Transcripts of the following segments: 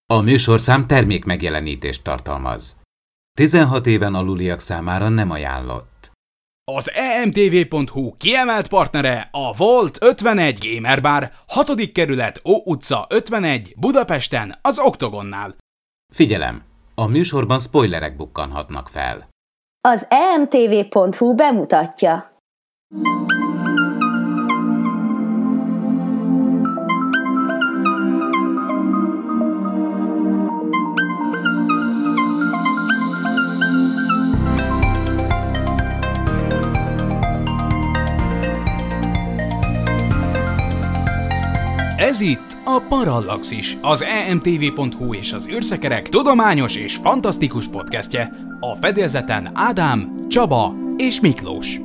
A műsorszám termék megjelenítést tartalmaz. 16 éven aluliak számára nem ajánlott. Az emtv.hu kiemelt partnere a Volt 51 Gamer Bar, 6. kerület, Ó utca 51, Budapesten, az Oktogonnál. Figyelem! A műsorban spoilerek bukkanhatnak fel. Az emtv.hu bemutatja. Ez itt a Parallaxis, az emtv.hu és az űrszekerek tudományos és fantasztikus podcastje. A fedélzeten Ádám, Csaba és Miklós.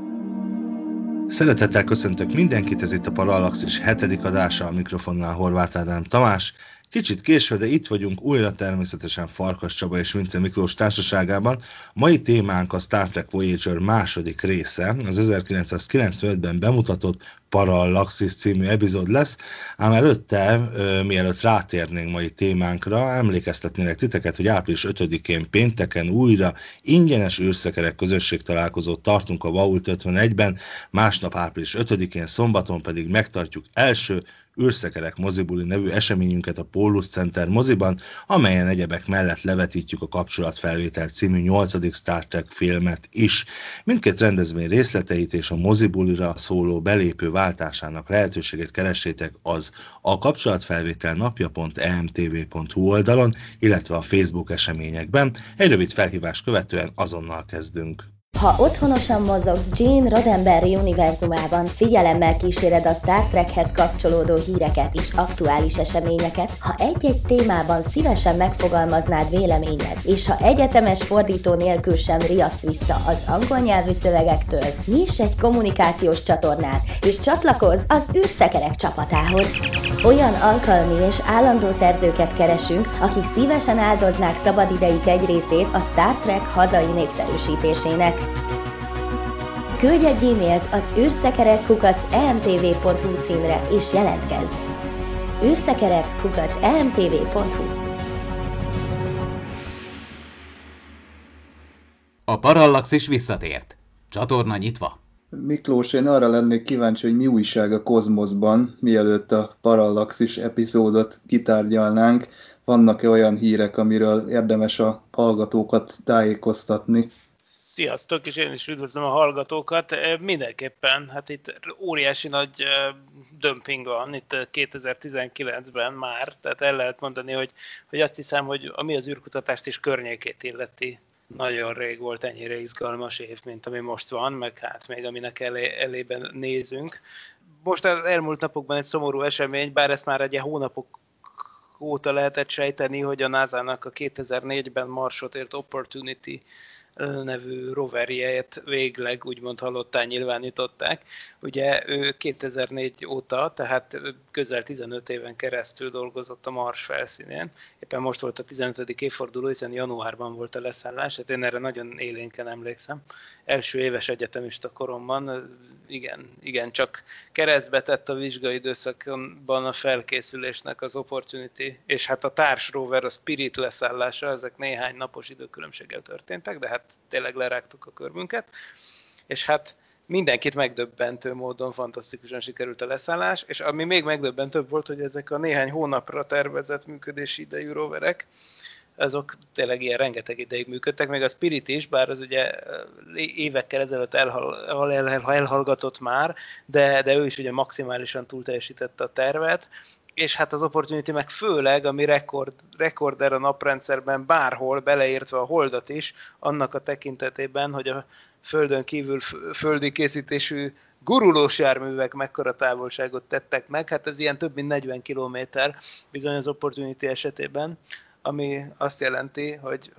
Szeretettel köszöntök mindenkit, ez itt a Parallaxis 7. adása, a mikrofonnál Horváth Ádám Tamás. Kicsit késve, de itt vagyunk újra, természetesen Farkas Csaba és Vince Miklós társaságában. Mai témánk a Star Trek Voyager második része, az 1995-ben bemutatott Parallaxis című epizód lesz, ám előtte, mielőtt rátérnénk mai témánkra, emlékeztetnélek titeket, hogy április 5-én pénteken újra ingyenes űrszekerek közösségtalálkozót tartunk a Vault 51-ben, másnap április 5-én szombaton pedig megtartjuk első űrszekerek mozibuli nevű eseményünket a Pólus Center moziban, amelyen egyebek mellett levetítjük a Kapcsolatfelvétel című 8. Star Trek filmet is. Mindkét rendezvény részleteit és a mozibulira szóló belépő váltásának lehetőségét keressétek az a Kapcsolatfelvétel napja.emtv.hu oldalon, illetve a Facebook eseményekben. Egy rövid felhívás követően azonnal kezdünk. Ha otthonosan mozogsz Gene Roddenberry univerzumában, figyelemmel kíséred a Star Trekhez kapcsolódó híreket és aktuális eseményeket, ha egy-egy témában szívesen megfogalmaznád véleményed, és ha egyetemes fordító nélkül sem riadsz vissza az angol nyelvű szövegektől, nyiss egy kommunikációs csatornát, és csatlakozz az űrszekerek csapatához. Olyan alkalmi és állandó szerzőket keresünk, akik szívesen áldoznák szabadidejük egy részét a Star Trek hazai népszerűsítésének. Küldj egy e-mailt az űrszekerek@emtv.hu címre és jelentkezz! űrszekerek@emtv.hu. A Parallaxis visszatért. Csatorna nyitva. Miklós, én arra lennék kíváncsi, hogy mi újság a kozmoszban, mielőtt a Parallaxis epizódot kitárgyalnánk. Vannak-e olyan hírek, amiről érdemes a hallgatókat tájékoztatni? Sziasztok, és én is üdvözlöm a hallgatókat. Mindenképpen, hát itt óriási nagy dömping van, itt 2019-ben már, tehát el lehet mondani, hogy azt hiszem, hogy ami az űrkutatást is környékét illeti, nagyon rég volt ennyire izgalmas év, mint ami most van, meg hát még aminek elében nézünk. Most az elmúlt napokban egy szomorú esemény, bár ezt már egy hónapok óta lehetett sejteni, hogy a NASA-nak a 2004-ben Marsot ért Opportunity nevű roverjét végleg úgymond halottá nyilvánították. Ugye ő 2004 óta, tehát közel 15 éven keresztül dolgozott a Mars felszínén. Éppen most volt a 15. évforduló, hiszen januárban volt a leszállás, hát én erre nagyon élénken emlékszem. Első éves egyetemista koromban, igen, csak keresztbe tett a vizsgai időszakban a felkészülésnek az Opportunity, és hát a társ rover, a Spirit leszállása, ezek néhány napos időkülönbséggel történtek, de hát tényleg lerágtuk a körmünket, és hát mindenkit megdöbbentő módon fantasztikusan sikerült a leszállás, és ami még megdöbbentőbb volt, hogy ezek a néhány hónapra tervezett működési idejű roverek, azok tényleg ilyen rengeteg ideig működtek, meg a Spirit is, bár az ugye évekkel ezelőtt elhallgatott már, de ő is ugye maximálisan túlteljesítette a tervet, és hát az Opportunity meg főleg, ami rekorder a naprendszerben bárhol, beleértve a Holdat is, annak a tekintetében, hogy a Földön kívül földi készítésű gurulós járművek mekkora távolságot tettek meg, hát ez ilyen több mint 40 kilométer bizony az Opportunity esetében, ami azt jelenti, hogy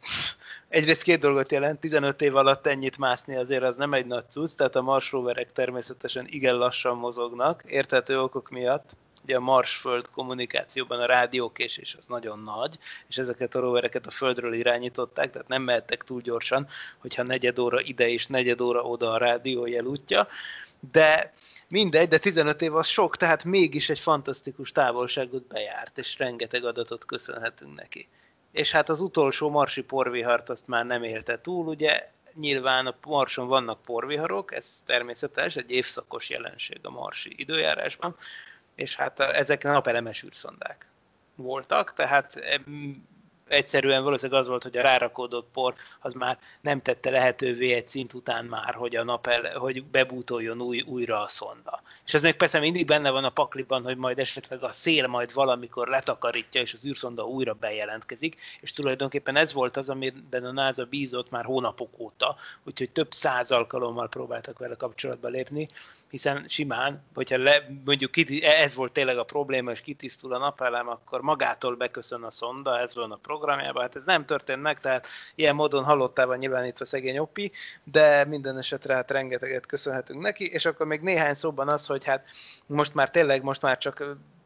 egyrészt két dolgot jelent, 15 év alatt ennyit mászni azért az nem egy nagy cucc, tehát a Mars roverek természetesen igen lassan mozognak, érthető okok miatt. Ugye a Mars-Föld kommunikációban a rádiókésés az nagyon nagy, és ezeket a rovereket a Földről irányították, tehát nem mehettek túl gyorsan, hogyha negyed óra ide és negyed óra oda a rádiójel útja, de mindegy, de 15 év az sok, tehát mégis egy fantasztikus távolságot bejárt, és rengeteg adatot köszönhetünk neki. És hát az utolsó marsi porvihart azt már nem élte túl, ugye nyilván a Marson vannak porviharok, ez természetes, egy évszakos jelenség a marsi időjárásban, és hát ezek napelemes űrszondák voltak, tehát egyszerűen valószínűleg az volt, hogy a rárakódott por az már nem tette lehetővé egy szint után már, hogy hogy bebútoljon újra a szonda. És ez még persze mindig benne van a pakliban, hogy majd esetleg a szél majd valamikor letakarítja, és az űrszonda újra bejelentkezik, és tulajdonképpen ez volt az, amiben a NASA bízott már hónapok óta, úgyhogy több 100 alkalommal próbáltak vele kapcsolatba lépni, hiszen simán, hogyha mondjuk ez volt tényleg a probléma, és kitisztul a napelem, akkor magától beköszön a szonda, ez van a programjában, hát ez nem történt meg, tehát ilyen módon halottával nyilvánítva szegény Oppi, de minden esetre hát rengeteget köszönhetünk neki, és akkor még néhány szóban az, hogy hát most már csak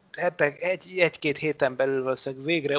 egy-két héten belül valószínűleg végre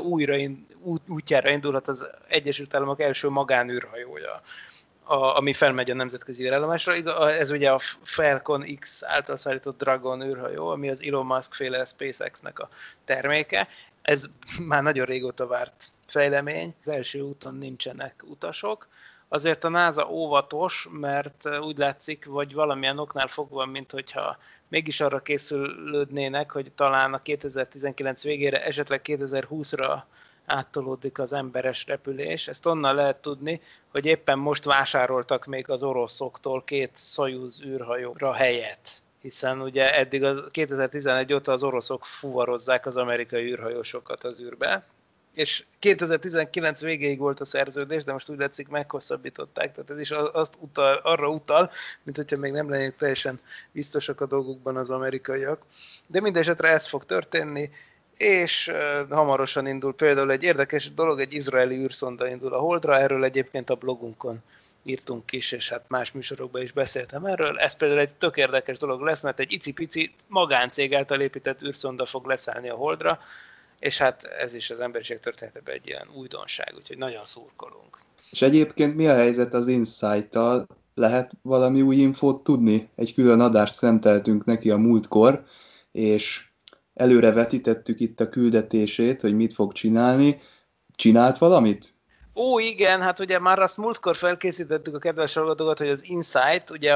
útjára indulhat az Egyesült Államok első magánűrhajója, ami felmegy a nemzetközi űrállomásra. Ez ugye a Falcon X által szállított Dragon űrhajó, ami az Elon Musk féle SpaceX-nek a terméke. Ez már nagyon régóta várt fejlemény. Az első úton nincsenek utasok. Azért a NASA óvatos, mert úgy látszik, vagy valamilyen oknál fogva, mint hogyha mégis arra készülődnének, hogy talán a 2019 végére, esetleg 2020-ra áttolódik az emberes repülés. Ezt onnan lehet tudni, hogy éppen most vásároltak még az oroszoktól 2 Szojuz űrhajóra helyet. Hiszen ugye eddig a 2011 óta az oroszok fuvarozzák az amerikai űrhajósokat az űrbe, és 2019 végéig volt a szerződés, de most úgy látszik meghosszabbították, tehát ez is arra utal, mint hogyha még nem lennének teljesen biztosak a dolgokban az amerikaiak. De mindesetre ez fog történni, és hamarosan indul például egy érdekes dolog, egy izraeli űrszonda indul a Holdra, erről egyébként a blogunkon írtunk is, és hát más műsorokban is beszéltem erről. Ez például egy tök érdekes dolog lesz, mert egy icipici magáncég által épített űrszonda fog leszállni a Holdra, és hát ez is az emberiség történetében egy ilyen újdonság, úgyhogy nagyon szurkolunk. És egyébként mi a helyzet az InSight-tal? Lehet valami új infót tudni? Egy külön adást szenteltünk neki a múltkor, és előre vetítettük itt a küldetését, hogy mit fog csinálni. Csinált valamit? Ó, igen, hát ugye már azt múltkor felkészítettük a kedves hallgatókat, hogy az InSight, ugye,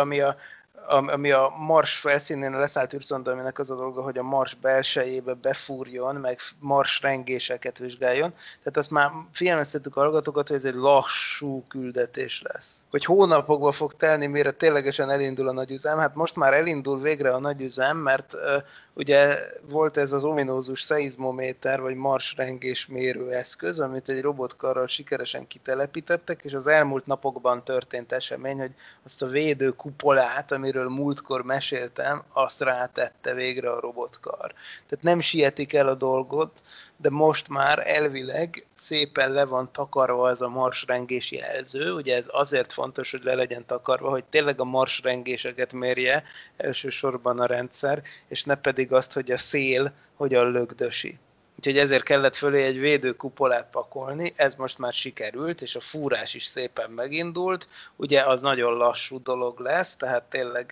ami a Mars felszínén leszállt űrszonda, aminek az a dolga, hogy a Mars belsejébe befúrjon, meg Mars rengéseket vizsgáljon. Tehát azt már figyelmeztettük a hallgatókat, hogy ez egy lassú küldetés lesz. Hogy hónapokba fog telni, mire ténylegesen elindul a nagyüzem. Hát most már elindul végre a nagyüzem, mert ugye volt ez az ominózus szeizmométer, vagy marsrengés mérő eszköz, amit egy robotkarral sikeresen kitelepítettek, és az elmúlt napokban történt esemény, hogy azt a védőkupolát, amiről múltkor meséltem, azt rátette végre a robotkar. Tehát nem sietik el a dolgot, de most már elvileg szépen le van takarva ez a marsrengés jelző. Ugye ez azért fontos, hogy le legyen takarva, hogy tényleg a marsrengéseket mérje elsősorban a rendszer, és ne pedig azt, hogy a szél hogyan lögdösi. Úgyhogy ezért kellett fölé egy védőkupolát pakolni, ez most már sikerült, és a fúrás is szépen megindult. Ugye az nagyon lassú dolog lesz, tehát tényleg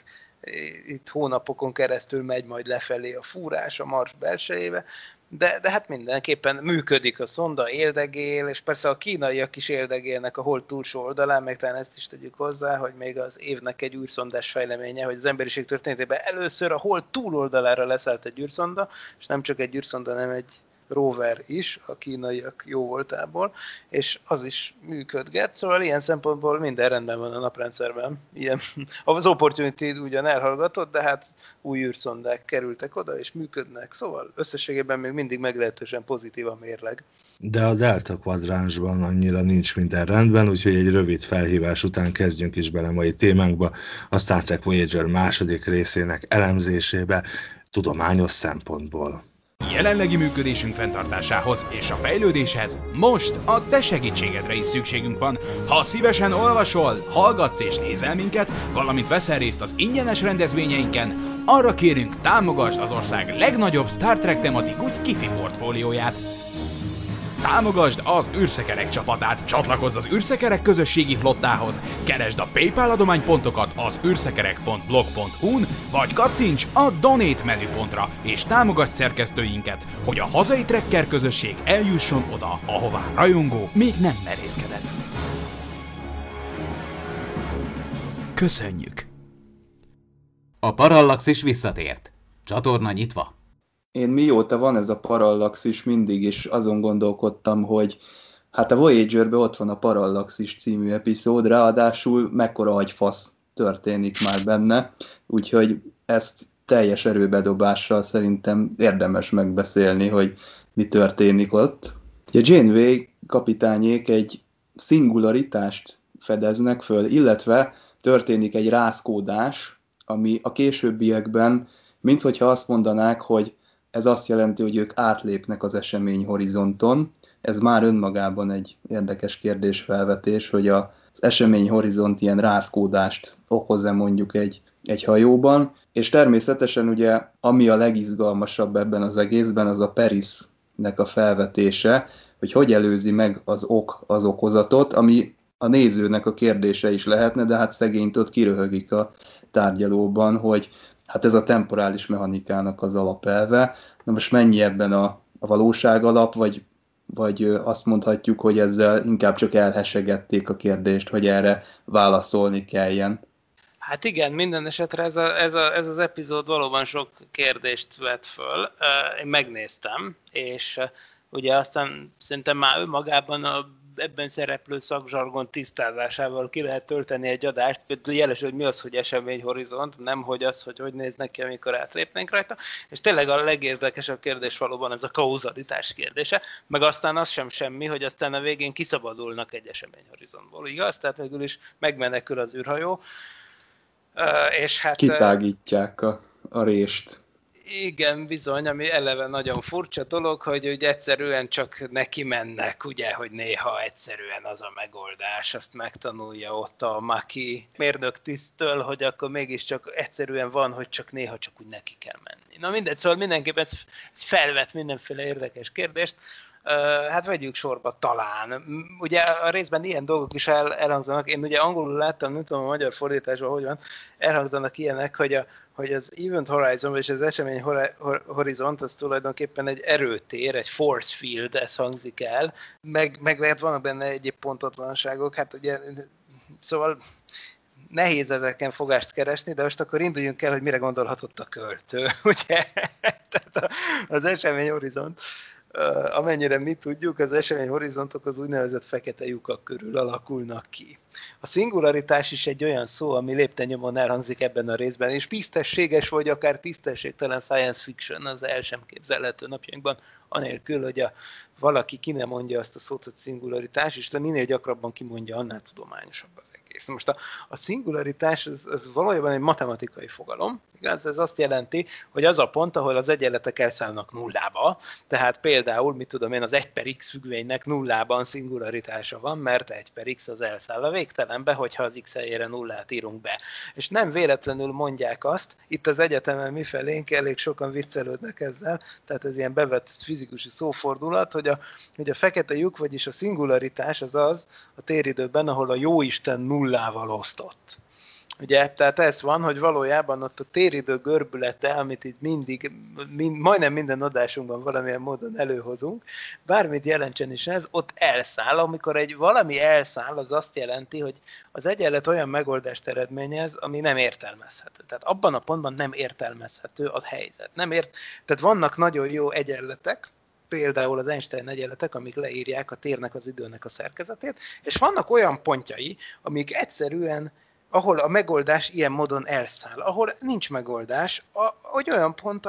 itt hónapokon keresztül megy majd lefelé a fúrás a Mars belsejébe, de hát mindenképpen működik a szonda, éldegél, és persze a kínaiak is éldegélnek a Hold túlsó oldalán, meg talán ezt is tegyük hozzá, hogy még az évnek egy űrszondás fejleménye, hogy az emberiség történetében először a Hold túloldalára leszállt egy űrszonda, és nem csak egy űrszonda, hanem egy rover is, a kínaiak jó voltából, és az is működget, szóval ilyen szempontból minden rendben van a naprendszerben. Ilyen, az Opportunity ugyan elhallgatott, de hát új űrszondák kerültek oda, és működnek, szóval összességében még mindig meglehetősen pozitív a mérleg. De a Delta kvadránsban annyira nincs minden rendben, úgyhogy egy rövid felhívás után kezdjünk is bele mai témánkba, a Star Trek Voyager második részének elemzésébe tudományos szempontból. Jelenlegi működésünk fenntartásához és a fejlődéshez most a te segítségedre is szükségünk van. Ha szívesen olvasol, hallgatsz és nézel minket, valamint veszel részt az ingyenes rendezvényeinken, arra kérünk, támogasd az ország legnagyobb Star Trek tematikus sci-fi portfólióját. Támogasd az űrszekerek csapatát, csatlakozz az űrszekerek közösségi flottához, keresd a PayPal adománypontokat az űrszekerek.blog.hu-n, vagy kattints a Donate menüpontra, és támogasd szerkesztőinket, hogy a hazai trekker közösség eljusson oda, ahová rajongó még nem merészkedett. Köszönjük! A Parallaxis visszatért. Csatorna nyitva. Én mióta van ez a Parallaxis, mindig is azon gondolkodtam, hogy hát a Voyager-ben ott van a Parallaxis című epizód, ráadásul mekkora agyfasz történik már benne, úgyhogy ezt teljes erőbedobással szerintem érdemes megbeszélni, hogy mi történik ott. Ugye Janeway kapitányék egy szingularitást fedeznek föl, illetve történik egy rázkódás, ami a későbbiekben, minthogyha azt mondanák, hogy ez azt jelenti, hogy ők átlépnek az eseményhorizonton. Ez már önmagában egy érdekes kérdésfelvetés, hogy az eseményhorizont ilyen rázkódást okoz-e mondjuk egy hajóban. És természetesen ugye, ami a legizgalmasabb ebben az egészben, az a Perisnek a felvetése, hogy előzi meg az ok az okozatot, ami a nézőnek a kérdése is lehetne, de hát szegényt ott kiröhögik a tárgyalóban, hogy hát ez a temporális mechanikának az alapelve. Na most mennyi ebben a valóság alap, vagy azt mondhatjuk, hogy ezzel inkább csak elhesegették a kérdést, hogy erre válaszolni kelljen. Hát igen, minden esetre ez az epizód valóban sok kérdést vet föl. Én megnéztem, és ugye aztán szerintem már önmagában ebben szereplő szakzsargon tisztázásával ki lehet tölteni egy adást, például jelesül, hogy mi az, hogy eseményhorizont, nem hogy az, hogy néz neki, amikor átlépnénk rajta, és tényleg a legérdekesebb kérdés valóban ez a kauzalitás kérdése, meg aztán az sem semmi, hogy aztán a végén kiszabadulnak egy eseményhorizontból, igaz? Tehát végül is megmenekül az űrhajó, és hát... Kitágítják a rést. Igen, bizony, ami eleve nagyon furcsa dolog, hogy egyszerűen csak neki mennek, ugye, hogy néha egyszerűen az a megoldás, azt megtanulja ott a Maki mérnöktiszttől, hogy akkor mégiscsak egyszerűen van, hogy csak néha csak úgy neki kell menni. Na mindegy, szóval mindenképpen ez felvet mindenféle érdekes kérdést. Hát vegyük sorba talán. Ugye a részben ilyen dolgok is elhangzanak, én ugye angolul láttam, nem tudom a magyar fordításban hogy van, elhangzanak ilyenek, hogy az Event Horizon és az esemény horizont az tulajdonképpen egy erőtér, egy force field, ez hangzik el, meg vannak benne egyéb pontatlanságok, hát ugye, szóval nehéz ezeken fogást keresni, de most akkor induljunk el, hogy mire gondolhatott a költő, ugye? Tehát az esemény horizont, amennyire mi tudjuk, az eseményhorizontok az úgynevezett fekete lyukak körül alakulnak ki. A szingularitás is egy olyan szó, ami lépten-nyomon elhangzik ebben a részben, és tisztességes vagy akár tisztességtelen science fiction az el sem képzelhető napjainkban, anélkül, hogy valaki ki nem mondja azt a szót, hogy szingularitás, és minél gyakrabban kimondja, annál tudományosabb az egész. Most a szingularitás az valójában egy matematikai fogalom, igaz? Ez azt jelenti, hogy az a pont, ahol az egyenletek elszállnak nullába, tehát például, mit tudom én, az 1/x függvénynek nullában szingularitása van, mert 1/x az elszáll a végtelenbe, hogyha az x helyére nullát írunk be. És nem véletlenül mondják azt, itt az egyetemen mifelénk elég sokan viccelődnek ezzel, tehát ez ilyen bevett fizikusi szófordulat, hogy a fekete lyuk, vagyis a szingularitás az a téridőben, ahol a jóisten nullával osztott. Ugye, tehát ez van, hogy valójában ott a téridő görbülete, amit itt majdnem minden adásunkban valamilyen módon előhozunk, bármit jelentsen is ez, ott elszáll. Amikor valami elszáll, az azt jelenti, hogy az egyenlet olyan megoldást eredményez, ami nem értelmezhető. Tehát abban a pontban nem értelmezhető a helyzet. Tehát vannak nagyon jó egyenletek, például az Einstein egyenletek, amik leírják a térnek, az időnek a szerkezetét, és vannak olyan pontjai, amik egyszerűen ahol a megoldás ilyen módon elszáll, ahol nincs megoldás, hogy olyan pont,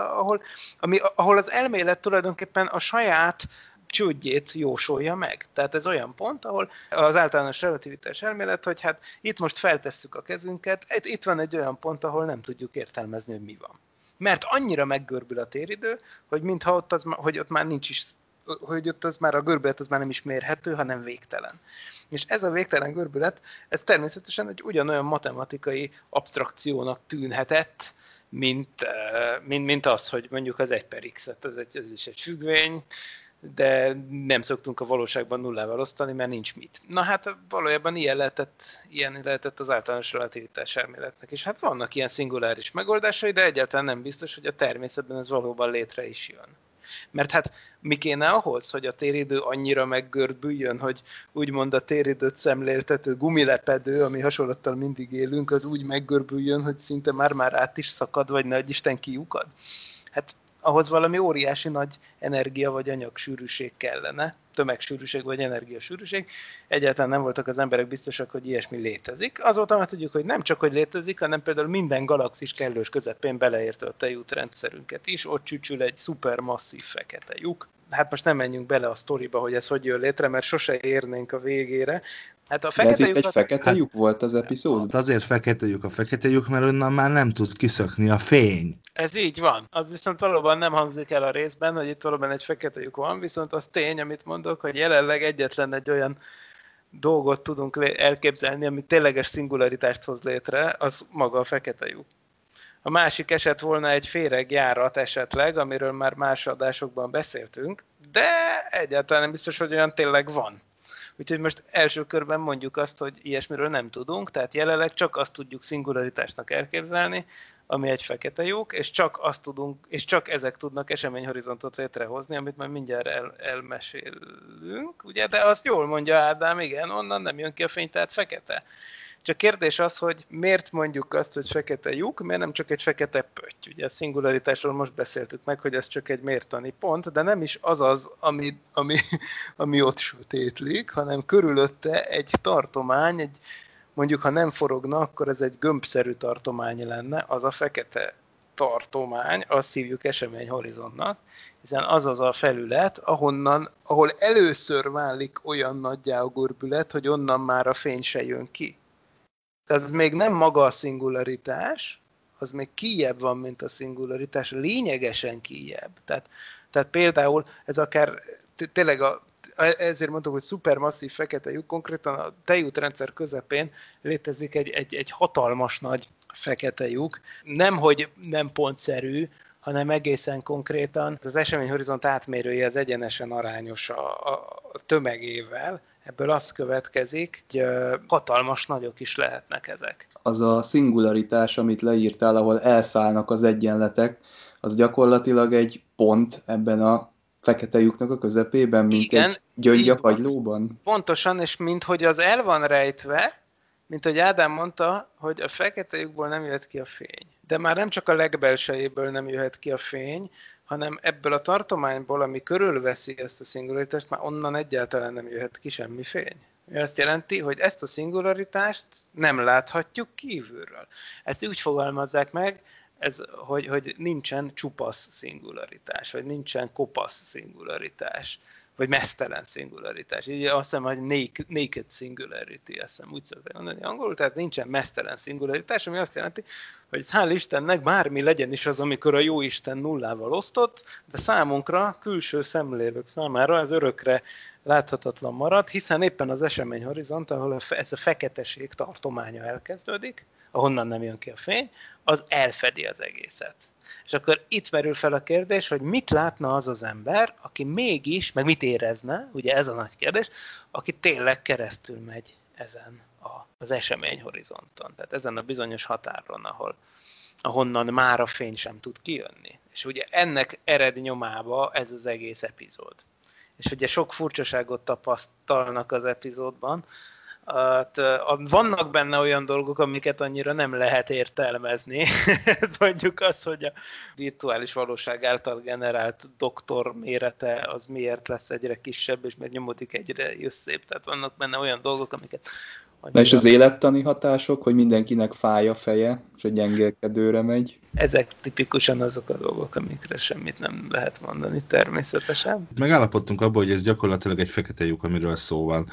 ahol az elmélet tulajdonképpen a saját csődjét jósolja meg. Tehát ez olyan pont, ahol az általános relativitás elmélet, hogy hát itt most feltesszük a kezünket, itt van egy olyan pont, ahol nem tudjuk értelmezni, hogy mi van. Mert annyira meggörbül a téridő, hogy mintha ott már nincs is, hogy ott az már a görbület az már nem is mérhető, hanem végtelen. És ez a végtelen görbület, ez természetesen egy ugyanolyan matematikai abstrakciónak tűnhetett, mint az, hogy mondjuk az 1/x, ez is egy függvény, de nem szoktunk a valóságban nullával osztani, mert nincs mit. Na hát valójában ilyen lehetett az általános relativitás elméletnek. És hát vannak ilyen szinguláris megoldásai, de egyáltalán nem biztos, hogy a természetben ez valóban létre is jön. Mert hát mi kéne ahhoz, hogy a téridő annyira meggördüljön, hogy úgymond a téridőt szemléltető gumilepedő, ami hasonlattal mindig élünk, az úgy meggörbüljön, hogy szinte már át is szakad, vagy nagy Isten kiukad. Hát ahhoz valami óriási nagy energia vagy anyagsűrűség kellene, tömegsűrűség vagy energiasűrűség. Egyáltalán nem voltak az emberek biztosak, hogy ilyesmi létezik. Azóta már tudjuk, hogy nem csak hogy létezik, hanem például minden galaxis kellős közepén beleértve a tejútrendszerünket is, ott csücsül egy szupermasszív fekete lyuk. Hát most nem menjünk bele a sztoriba, hogy ez hogy jön létre, mert sose érnénk a végére. Hát a fekete ez itt egy fekete lyuk volt az epizód? Hát azért fekete lyuk, mert onnan már nem tudsz kiszökni a fény. Ez így van. Az viszont valóban nem hangzik el a részben, hogy itt valóban egy fekete lyuk van, viszont az tény, amit mondok, hogy jelenleg egyetlen egy olyan dolgot tudunk elképzelni, ami tényleges szingularitást hoz létre, az maga a fekete lyuk. A másik eset volna egy féregjárat esetleg, amiről már más adásokban beszéltünk, de egyáltalán nem biztos, hogy olyan tényleg van. Úgyhogy most első körben mondjuk azt, hogy ilyesmiről nem tudunk, tehát jelenleg csak azt tudjuk szingularitásnak elképzelni, ami egy fekete lyuk, és csak azt tudunk, és csak ezek tudnak eseményhorizontot létrehozni, amit majd mindjárt elmesélünk, ugye? De azt jól mondja Ádám, igen, onnan nem jön ki a fény, tehát fekete. Csak kérdés az, hogy miért mondjuk azt, hogy fekete lyuk, miért nem csak egy fekete pötty. Ugye a szingularitásról most beszéltük meg, hogy ez csak egy mértani pont, de nem is az, ami ott sötétlik, hanem körülötte egy tartomány, mondjuk ha nem forogna, akkor ez egy gömbszerű tartomány lenne, az a fekete tartomány, azt hívjuk eseményhorizontnak, hiszen az az a felület, ahol először válik olyan nagyjá a görbület, hogy onnan már a fény se jön ki. Tehát ez még nem maga a szingularitás, az még kijjebb van, mint a szingularitás, lényegesen kijjebb. Tehát például ez akár tényleg ezért mondtuk, hogy szupermasszív fekete lyuk, konkrétan a tejútrendszer közepén létezik egy hatalmas nagy fekete lyuk. Nemhogy nem pontszerű, hanem egészen konkrétan az eseményhorizont átmérője az egyenesen arányos a tömegével. Ebből az következik, hogy hatalmas nagyok is lehetnek ezek. Az a szingularitás, amit leírtál, ahol elszállnak az egyenletek, az gyakorlatilag egy pont ebben a fekete lyuknak a közepében, mint igen, egy gyöngy a kagylóban? Pontosan, és minthogy az el van rejtve, mint hogy Ádám mondta, hogy a fekete lyukból nem jöhet ki a fény. De már nem csak a legbelsejéből nem jöhet ki a fény, hanem ebből a tartományból, ami körülveszi ezt a szingularitást, már onnan egyáltalán nem jöhet ki semmi fény. Ez azt jelenti, hogy ezt a szingularitást nem láthatjuk kívülről. Ezt úgy fogalmazzák meg, hogy nincsen csupasz szingularitás, vagy nincsen kopasz szingularitás, vagy meztelen szingularitás. Így azt hiszem, hogy naked singularity, azt hiszem úgy szokták mondani angolul, tehát nincsen meztelen szingularitás, ami azt jelenti, hogy hál' Istennek bármi legyen is az, amikor a Jóisten nullával osztott, de számunkra, külső szemlélők számára ez örökre láthatatlan marad, hiszen éppen az eseményhorizont, ahol ez a feketeség tartománya elkezdődik, ahonnan nem jön ki a fény, az elfedi az egészet. És akkor itt merül fel a kérdés, hogy mit látna az az ember, aki mégis, meg mit érezne, ugye ez a nagy kérdés, aki tényleg keresztül megy ezen az eseményhorizonton. Tehát ezen a bizonyos határon, ahonnan már a fény sem tud kijönni. És ugye ennek ered nyomába ez az egész epizód. És ugye sok furcsaságot tapasztalnak az epizódban. Hát, vannak benne olyan dolgok, amiket annyira nem lehet értelmezni. Mondjuk az, hogy a virtuális valóság által generált doktor mérete az miért lesz egyre kisebb, és mert nyomodik egyre szép. Tehát vannak benne olyan dolgok, amiket... Na és az élettani hatások, hogy mindenkinek fáj a feje, és a gyengélkedőre megy? Ezek tipikusan azok a dolgok, amikre semmit nem lehet mondani természetesen. Megállapodtunk abban, hogy ez gyakorlatilag egy fekete lyuk, amiről szó van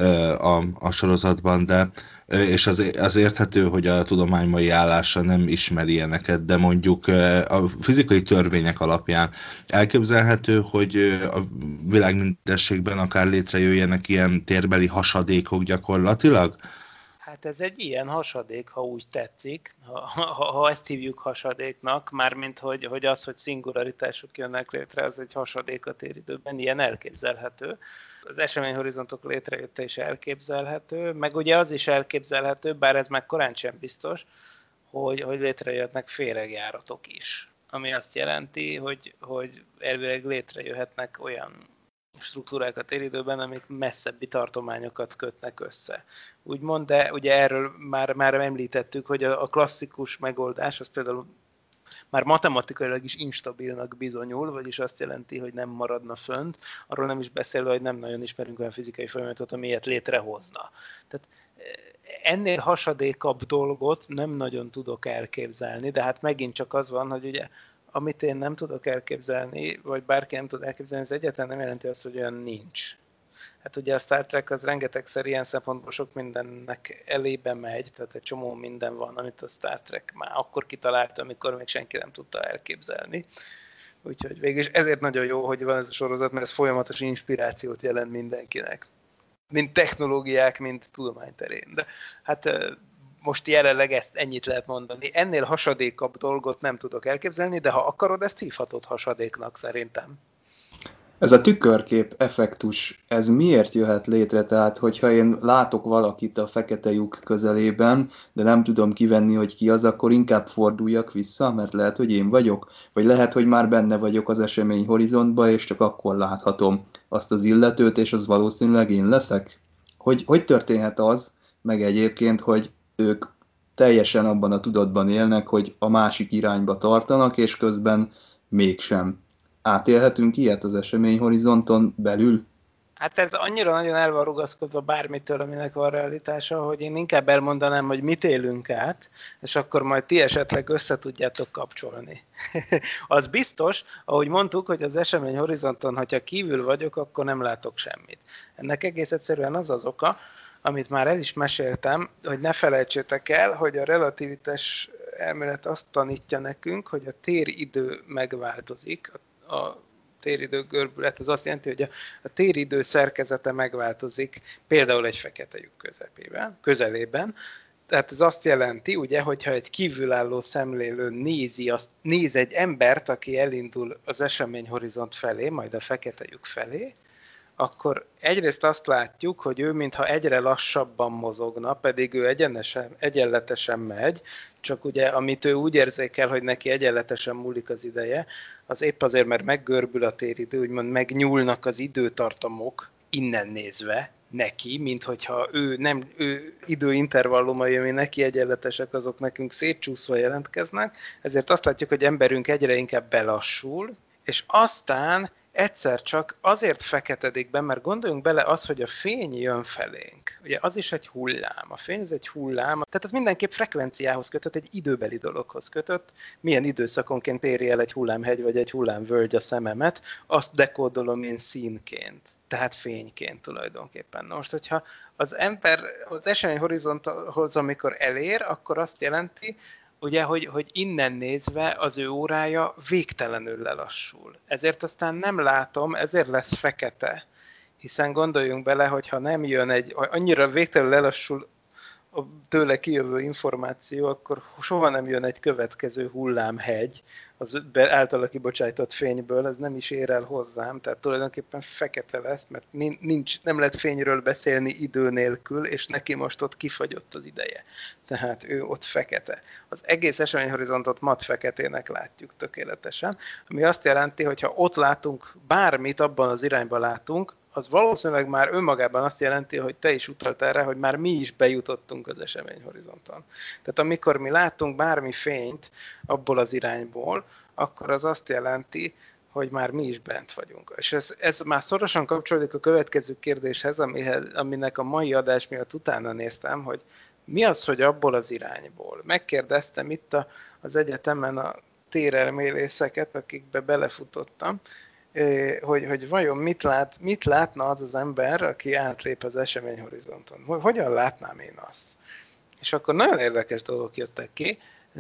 a sorozatban, de és az érthető, hogy a tudomány mai állása nem ismeri ilyeneket, de mondjuk a fizikai törvények alapján elképzelhető, hogy a világ mindességben akár létrejöjjenek ilyen térbeli hasadékok gyakorlatilag? Hát Hát ez egy ilyen hasadék, ha úgy tetszik, ha ezt hívjuk hasadéknak, mármint hogy az, hogy szingularitások jönnek létre, az egy hasadék a téridőben, ilyen elképzelhető. Az eseményhorizontok létrejötte is elképzelhető, meg ugye az is elképzelhető, bár ez meg korán sem biztos, hogy létrejöhetnek féregjáratok is. Ami azt jelenti, hogy elvileg létrejöhetnek olyan struktúrák a téridőben, amik messzebbi tartományokat kötnek össze. Úgymond, de ugye erről már említettük, hogy a klasszikus megoldás az például már matematikailag is instabilnak bizonyul, vagyis azt jelenti, hogy nem maradna fönt, arról nem is beszélve, hogy nem nagyon ismerünk olyan fizikai folyamatot, ami ilyet létrehozna. Tehát ennél hasadékabb dolgot nem nagyon tudok elképzelni, de hát megint csak az van, hogy ugye amit én nem tudok elképzelni, vagy bárki nem tud elképzelni, ez egyáltalán nem jelenti azt, hogy olyan nincs. Hát ugye a Star Trek az rengetegszer ilyen szempontból sok mindennek elébe megy, tehát egy csomó minden van, amit a Star Trek már akkor kitalálta, amikor még senki nem tudta elképzelni. Úgyhogy végül is ezért nagyon jó, hogy van ez a sorozat, mert ez folyamatos inspirációt jelent mindenkinek. Mind technológiák, mind tudományterén. De hát most jelenleg ennyit lehet mondani. Ennél hasadékabb dolgot nem tudok elképzelni, de ha akarod, ezt hívhatod hasadéknak szerintem. Ez a tükörkép effektus, ez miért jöhet létre? Tehát, hogyha én látok valakit a fekete lyuk közelében, de nem tudom kivenni, hogy ki az, akkor inkább forduljak vissza, mert lehet, hogy én vagyok, vagy lehet, hogy már benne vagyok az esemény horizontban, és csak akkor láthatom azt az illetőt, és az valószínűleg én leszek? Hogy történhet az, meg egyébként, hogy ők teljesen abban a tudatban élnek, hogy a másik irányba tartanak, és közben mégsem. Átélhetünk ilyet az eseményhorizonton belül? Hát ez annyira nagyon el van rugaszkodva bármitől, aminek van realitása, hogy én inkább elmondanám, hogy mit élünk át, és akkor majd ti esetleg össze tudjátok kapcsolni. Az biztos, ahogy mondtuk, hogy az eseményhorizonton, hogyha kívül vagyok, akkor nem látok semmit. Ennek egész egyszerűen az az oka, amit már el is meséltem, hogy ne felejtsétek el, hogy a relativitás elmélet azt tanítja nekünk, hogy a téridő megváltozik. A téridő görbület az azt jelenti, hogy a téridő szerkezete megváltozik, például egy fekete lyuk közelében. Tehát ez azt jelenti, ugye, hogyha egy kívülálló szemlélő néz egy embert, aki elindul az eseményhorizont felé, majd a fekete lyuk felé, akkor egyrészt azt látjuk, hogy ő mintha egyre lassabban mozogna, pedig ő egyenletesen megy, csak ugye amit ő úgy érzékel, hogy neki egyenletesen múlik az ideje, az épp azért, mert meggörbül a téridő, úgymond megnyúlnak az időtartamok innen nézve neki, mint hogyha ő időintervallumai, ami neki egyenletesek, azok nekünk szétcsúszva jelentkeznek, ezért azt látjuk, hogy emberünk egyre inkább belassul, és aztán egyszer csak azért feketedik be, mert gondoljunk bele az, hogy a fény jön felénk. Ugye az is egy hullám. A fény ez egy hullám, tehát az mindenképp frekvenciához kötött, egy időbeli dologhoz kötött. Milyen időszakonként éri el egy hullámhegy vagy egy hullámvölgy a szememet, azt dekódolom én színként. Tehát fényként tulajdonképpen. Na most, hogyha az ember az eseményhorizonthoz, amikor elér, akkor azt jelenti, ugye, hogy innen nézve az ő órája végtelenül lelassul. Ezért aztán nem látom, ezért lesz fekete. Hiszen gondoljunk bele, hogyha nem jön annyira végtelenül lelassul a tőle kijövő információ, akkor soha nem jön egy következő hullámhegy az általa kibocsájtott fényből, ez nem is ér el hozzám, tehát tulajdonképpen fekete lesz, mert nem lehet fényről beszélni idő nélkül, és neki most ott kifagyott az ideje. Tehát ő ott fekete. Az egész eseményhorizontot mat feketének látjuk tökéletesen, ami azt jelenti, hogy ha ott látunk bármit, abban az irányban látunk, az valószínűleg már önmagában azt jelenti, hogy te is utalt erre, hogy már mi is bejutottunk az eseményhorizonton. Tehát amikor mi látunk bármi fényt abból az irányból, akkor az azt jelenti, hogy már mi is bent vagyunk. És ez már szorosan kapcsolódik a következő kérdéshez, aminek a mai adás miatt utána néztem, hogy mi az, hogy abból az irányból. Megkérdeztem itt az egyetemen a térelmélészeket, akikbe belefutottam, hogy vajon mit látna az az ember, aki átlép az eseményhorizonton. Hogyan látnám én azt? És akkor nagyon érdekes dolgok jöttek ki.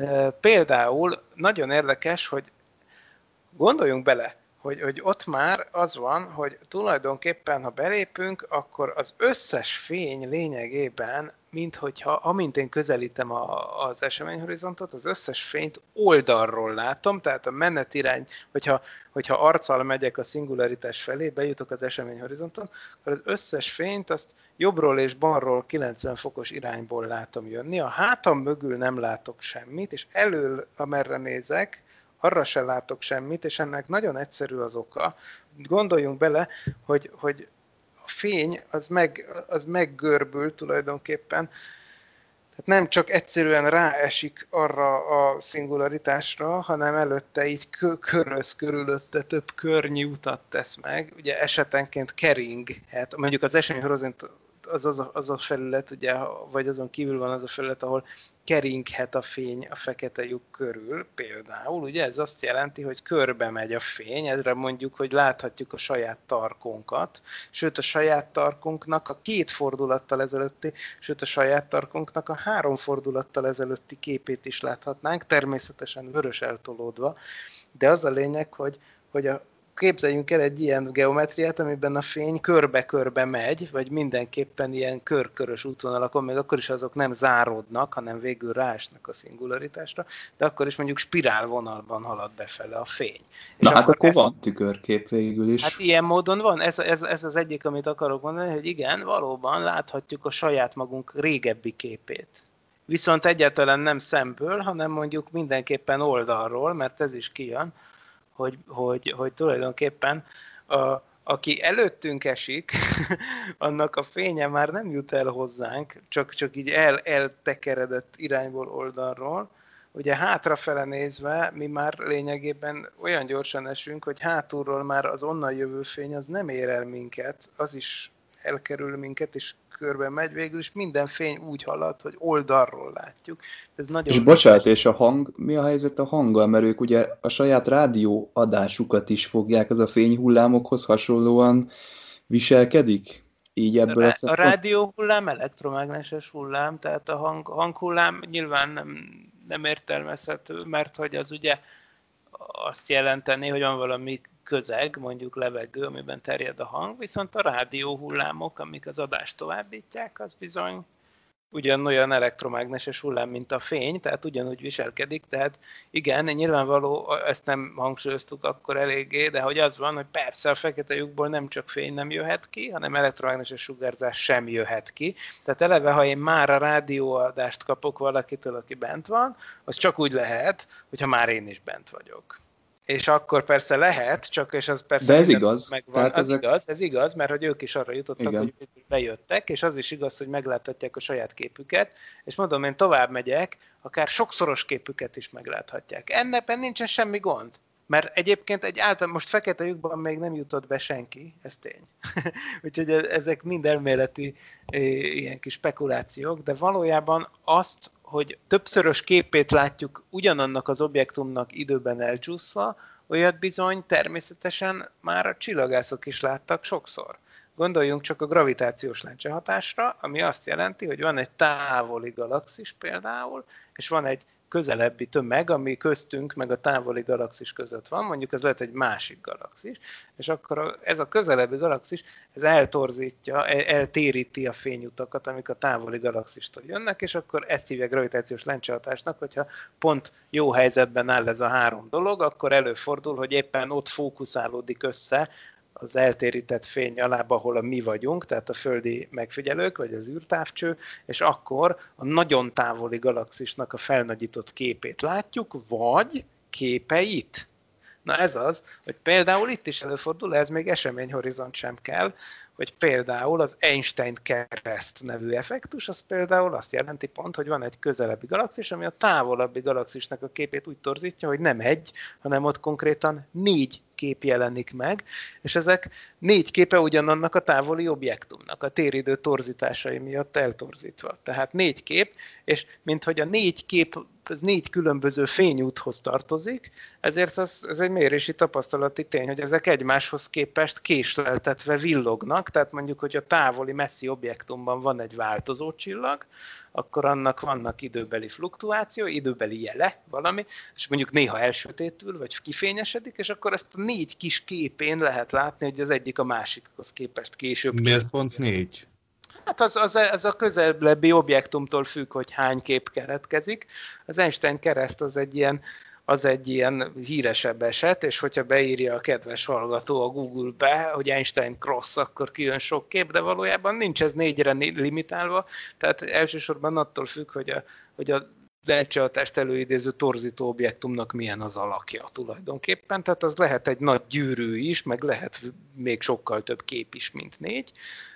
Például nagyon érdekes, hogy gondoljunk bele, hogy ott már az van, hogy tulajdonképpen, ha belépünk, akkor az összes fény lényegében minthogyha, amint én közelítem az eseményhorizontot, az összes fényt oldalról látom, tehát a menetirány, hogyha arccal megyek a szingularitás felé, bejutok az eseményhorizonton, akkor az összes fényt azt jobbról és balról 90 fokos irányból látom jönni, a hátam mögül nem látok semmit, és elől, amerre nézek, arra se látok semmit, és ennek nagyon egyszerű az oka. Gondoljunk bele, hogy a fény az meggörbül tulajdonképpen, tehát nem csak egyszerűen ráesik arra a szingularitásra, hanem előtte így köröz körülötte, több környi utat tesz meg. Ugye esetenként keringhet, mondjuk az eseményhorizont az a felület, ugye, vagy azon kívül van az a felület, ahol keringhet a fény a fekete lyuk körül, például, ugye ez azt jelenti, hogy körbe megy a fény, ezre mondjuk, hogy láthatjuk a saját tarkunkat, sőt a saját tarkunknak a 2 fordulattal ezelőtti, sőt a saját tarkunknak a 3 fordulattal ezelőtti képét is láthatnánk, természetesen vörös eltolódva, de az a lényeg, hogy képzeljünk el egy ilyen geometriát, amiben a fény körbe-körbe megy, vagy mindenképpen ilyen körkörös útvonalakon, még akkor is azok nem záródnak, hanem végül ráesnek a szingularitásra, de akkor is mondjuk spirálvonalban halad befele a fény. Na hát akkor van tükörkép végül is. Hát ilyen módon van, ez az egyik, amit akarok mondani, hogy igen, valóban láthatjuk a saját magunk régebbi képét. Viszont egyáltalán nem szemből, hanem mondjuk mindenképpen oldalról, mert ez is kijön, hogy tulajdonképpen aki előttünk esik, annak a fénye már nem jut el hozzánk, csak így eltekeredett irányból, oldalról. Ugye hátrafele nézve mi már lényegében olyan gyorsan esünk, hogy hátulról már az onnan jövő fény az nem ér el minket, az is elkerül minket, és körbe megy végül, és minden fény úgy halad, hogy oldalról látjuk. Ez nagyon és bocsánat, és a hang, mi a helyzet a hanggal? Mert ők ugye a saját rádióadásukat is fogják, az a fényhullámokhoz hasonlóan viselkedik? Így ebből a rádióhullám elektromágneses hullám, tehát a hanghullám nyilván nem értelmezhető, mert hogy az ugye azt jelenteni, hogy van valami közeg, mondjuk levegő, amiben terjed a hang, viszont a rádióhullámok, amik az adást továbbítják, az bizony ugyanolyan elektromágneses hullám, mint a fény, tehát ugyanúgy viselkedik, tehát igen, nyilvánvaló, ezt nem hangsúlyoztuk akkor eléggé, de hogy az van, hogy persze a fekete lyukból nem csak fény nem jöhet ki, hanem elektromágneses sugárzás sem jöhet ki, tehát eleve, ha én már a rádióadást kapok valakitől, aki bent van, az csak úgy lehet, hogyha már én is bent vagyok. És akkor persze lehet, csak és az persze... De ez igaz. Megvan. Ez igaz, mert hogy ők is arra jutottak, igen, hogy bejöttek, és az is igaz, hogy megláthatják a saját képüket, és mondom, én tovább megyek, akár sokszoros képüket is megláthatják. Ennek nincsen semmi gond. Mert egyébként most fekete lyukban még nem jutott be senki, ez tény. Úgyhogy ezek mind elméleti ilyen kis spekulációk, de valójában azt, hogy többszörös képét látjuk ugyanannak az objektumnak időben elcsúszva, olyat bizony természetesen már a csillagászok is láttak sokszor. Gondoljunk csak a gravitációs lencsehatásra, ami azt jelenti, hogy van egy távoli galaxis például, és van egy közelebbi tömeg, ami köztünk meg a távoli galaxis között van, mondjuk ez lehet egy másik galaxis, és akkor ez a közelebbi galaxis, ez eltorzítja, eltéríti a fényutakat, amik a távoli galaxistól jönnek, és akkor ezt hívják gravitációs lencsehatásnak, hogyha pont jó helyzetben áll ez a 3 dolog, akkor előfordul, hogy éppen ott fókuszálódik össze az eltérített fény alába, ahol mi vagyunk, tehát a földi megfigyelők, vagy az űrtávcső, és akkor a nagyon távoli galaxisnak a felnagyított képét látjuk, vagy képeit. Na ez az, hogy például itt is előfordul, ez még eseményhorizont sem kell, hogy például az Einstein-kereszt nevű effektus, az például azt jelenti pont, hogy van egy közelebbi galaxis, ami a távolabbi galaxisnak a képét úgy torzítja, hogy nem egy, hanem ott konkrétan 4 kép jelenik meg, és ezek 4 képe ugyanannak a távoli objektumnak, a téridő torzításai miatt eltorzítva. Tehát 4 kép, és minthogy a 4 kép az 4 különböző fényúthoz tartozik, ezért ez egy mérési tapasztalati tény, hogy ezek egymáshoz képest késleltetve villognak, tehát mondjuk, hogy a távoli messzi objektumban van egy változó csillag, akkor annak vannak időbeli fluktuáció, időbeli jele, valami, és mondjuk néha elsötétül, vagy kifényesedik, és akkor ezt a 4 kis képén lehet látni, hogy az egyik a másikhoz képest később. Miért pont 4? Hát az a közelebbi objektumtól függ, hogy hány kép keletkezik. Az Einstein kereszt az egy ilyen híresebb eset, és hogyha beírja a kedves hallgató a Google-be, hogy Einstein Cross, akkor kijön sok kép, de valójában nincs ez 4-re limitálva, tehát elsősorban attól függ, hogy a lencsehatást előidéző torzító objektumnak milyen az alakja tulajdonképpen, tehát az lehet egy nagy gyűrű is, meg lehet még sokkal több kép is, mint 4.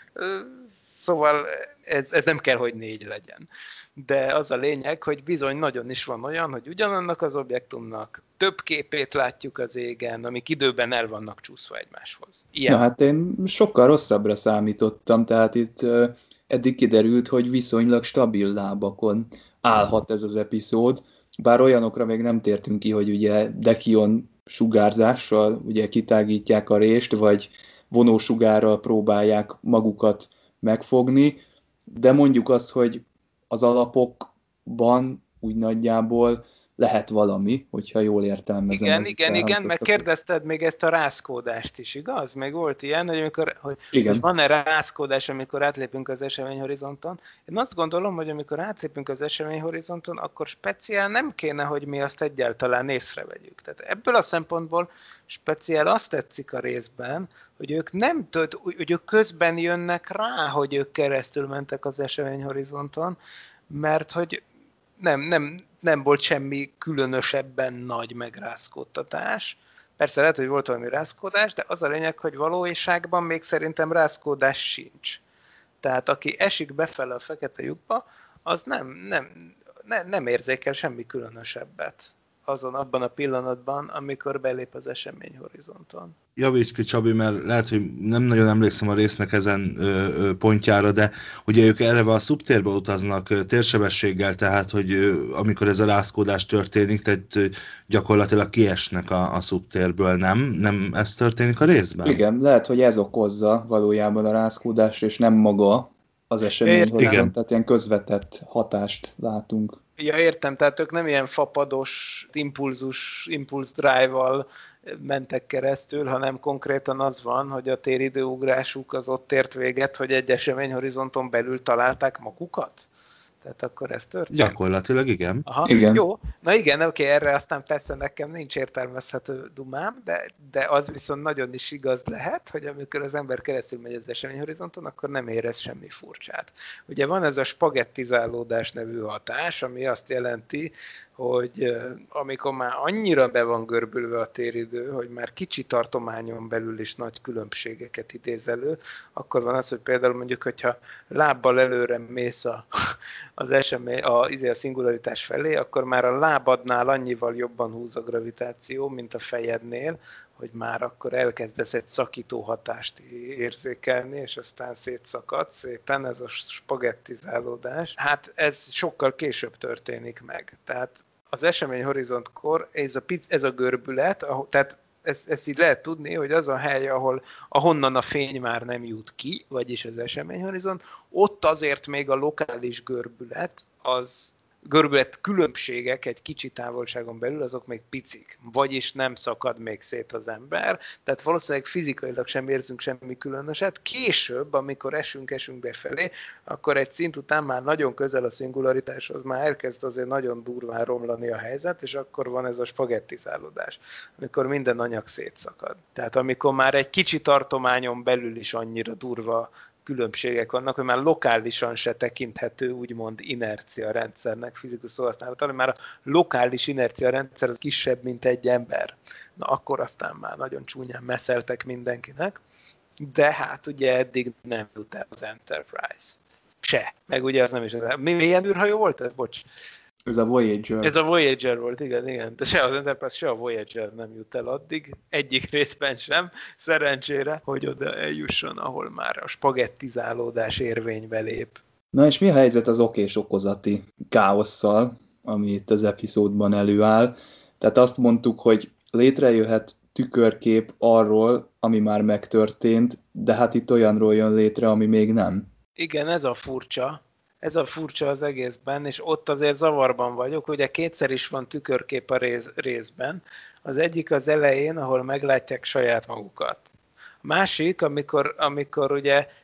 Szóval ez nem kell, hogy 4 legyen. De az a lényeg, hogy bizony nagyon is van olyan, hogy ugyanannak az objektumnak több képét látjuk az égen, amik időben el vannak csúszva egymáshoz. Ilyen. Na hát én sokkal rosszabbra számítottam, tehát itt eddig kiderült, hogy viszonylag stabil lábakon állhat ez az epizód, bár olyanokra még nem tértünk ki, hogy ugye dekion sugárzással ugye kitágítják a rést, vagy vonósugárral próbálják magukat megfogni, de mondjuk azt, hogy az alapokban úgy nagyjából lehet valami, hogyha jól értelmezem. Igen, meg kérdezted még ezt a rázkódást is, igaz? Még volt ilyen, hogy van-e rázkódás, amikor átlépünk az eseményhorizonton. Én azt gondolom, hogy amikor átlépünk az eseményhorizonton, akkor speciál nem kéne, hogy mi azt egyáltalán észrevegyük. Tehát ebből a szempontból speciál azt tetszik a részben, hogy ők hogy ők közben jönnek rá, hogy ők keresztül mentek az eseményhorizonton, mert hogy nem volt semmi különösebben nagy megrázkódtatás. Persze lehet, hogy volt valami rázkódás, de az a lényeg, hogy valóságban még szerintem rázkódás sincs. Tehát aki esik befele a fekete lyukba, az nem érzékel semmi különösebbet abban a pillanatban, amikor belép az eseményhorizonton. Javíts ki, Csabi, mert lehet, hogy nem nagyon emlékszem a résznek ezen pontjára, de ugye ők eleve a szubtérbe utaznak térsebességgel, tehát hogy amikor ez a rázkódás történik, tehát gyakorlatilag kiesnek a szubtérből, nem ez történik a részben? Igen, lehet, hogy ez okozza valójában a rázkódást, és nem maga az eseményhorizont, tehát ilyen közvetett hatást látunk. Ja, értem, tehát ők nem ilyen fapados impulsz drive-val mentek keresztül, hanem konkrétan az van, hogy a téridőugrásuk az ott ért véget, hogy egy eseményhorizonton belül találták magukat? Tehát akkor ez történt? Gyakorlatilag igen. Aha, igen. Jó, na igen, oké, erre aztán persze nekem nincs értelmezhető dumám, de az viszont nagyon is igaz lehet, hogy amikor az ember keresztül megy az eseményhorizonton, akkor nem érez semmi furcsát. Ugye van ez a spagettizálódás nevű hatás, ami azt jelenti, hogy amikor már annyira be van görbülve a téridő, hogy már kicsi tartományon belül is nagy különbségeket idéz elő, akkor van az, hogy például mondjuk, hogyha lábbal előre mész a szingularitás felé, akkor már a lábadnál annyival jobban húz a gravitáció, mint a fejednél, hogy már akkor elkezdesz egy szakító hatást érzékelni, és aztán szétszakad szépen ez a spagettizálódás. Hát ez sokkal később történik meg. Tehát az eseményhorizontkor ez a görbület, tehát ezt így lehet tudni, hogy az a hely, ahonnan a fény már nem jut ki, vagyis az eseményhorizont, ott azért még a lokális görbület különbségek egy kicsi távolságon belül, azok még picik, vagyis nem szakad még szét az ember, tehát valószínűleg fizikailag sem érzünk semmi különöset. Később, amikor esünk befelé, akkor egy szint után már nagyon közel a szingularitáshoz, már elkezd azért nagyon durván romlani a helyzet, és akkor van ez a spagettizálódás, amikor minden anyag szétszakad. Tehát amikor már egy kicsi tartományon belül is annyira durva különbségek vannak, hogy már lokálisan se tekinthető úgymond inercia rendszernek fizikus szóhasználattal, hogy már a lokális inercia rendszer az kisebb, mint egy ember. Na akkor aztán már nagyon csúnyán messzeltek mindenkinek, de hát ugye eddig nem jut el az Enterprise. Se. Meg ugye az nem is az. Milyen űrhajó volt ez? Bocs. Ez a Voyager. Ez a Voyager volt, igen. De se az Enterprise, se a Voyager nem jut el addig, egyik részben sem, szerencsére, hogy oda eljusson, ahol már a spagettizálódás érvénybe lép. Na és mi a helyzet az okés okozati káosszal, ami itt az epizódban előáll? Tehát azt mondtuk, hogy létrejöhet tükörkép arról, ami már megtörtént, de hát itt olyanról jön létre, ami még nem. Igen, ez a furcsa az egészben, és ott azért zavarban vagyok. Ugye kétszer is van tükörkép a részben. Az egyik az elején, ahol meglátják saját magukat. A másik, amikor ugye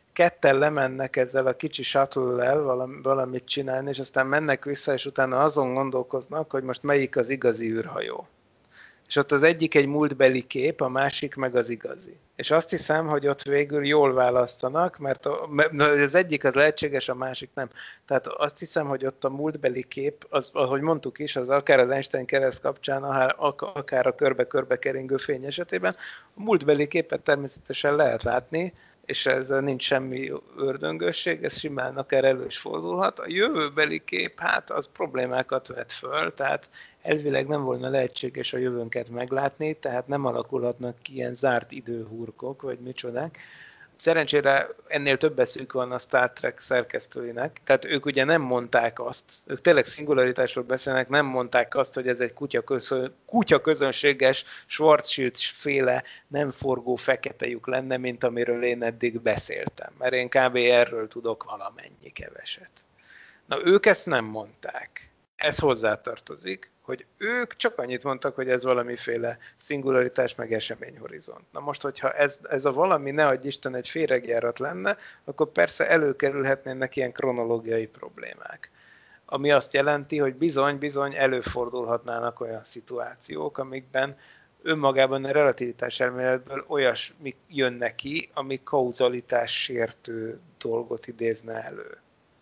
ketten lemennek ezzel a kicsi shuttle-lel valamit csinálni, és aztán mennek vissza, és utána azon gondolkoznak, hogy most melyik az igazi űrhajó. És ott az egyik egy múltbeli kép, a másik meg az igazi. És azt hiszem, hogy ott végül jól választanak, mert az egyik az lehetséges, a másik nem. Tehát azt hiszem, hogy ott a múltbeli kép, az, ahogy mondtuk is, az akár az Einstein kereszt kapcsán, akár a körbe-körbe keringő fény esetében, a múltbeli képet természetesen lehet látni, és ezzel nincs semmi ördöngösség, ez simán akár elő is fordulhat. A jövőbeli kép, hát az problémákat vet föl, tehát elvileg nem volna lehetséges a jövőnket meglátni, tehát nem alakulhatnak ki ilyen zárt időhurkok, vagy micsodák. Szerencsére ennél több eszük van a Star Trek szerkesztőinek, tehát ők ugye nem mondták azt, ők tényleg szingularitásról beszélnek, nem mondták azt, hogy ez egy kutyaközönséges Schwarzschild-féle nem forgó fekete lyuk lenne, mint amiről én eddig beszéltem, mert én kb. Erről tudok valamennyi keveset. Na ők ezt nem mondták. Ez hozzátartozik, hogy ők csak annyit mondtak, hogy ez valamiféle szingularitás meg eseményhorizont. Na most, hogyha ez a valami, ne adj Isten, egy féregjárat lenne, akkor persze előkerülhetnének ilyen kronológiai problémák. Ami azt jelenti, hogy bizony előfordulhatnának olyan szituációk, amikben önmagában a relativitás elméletből olyasmi jönne ki, ami kauzalitás sértő dolgot idézne elő.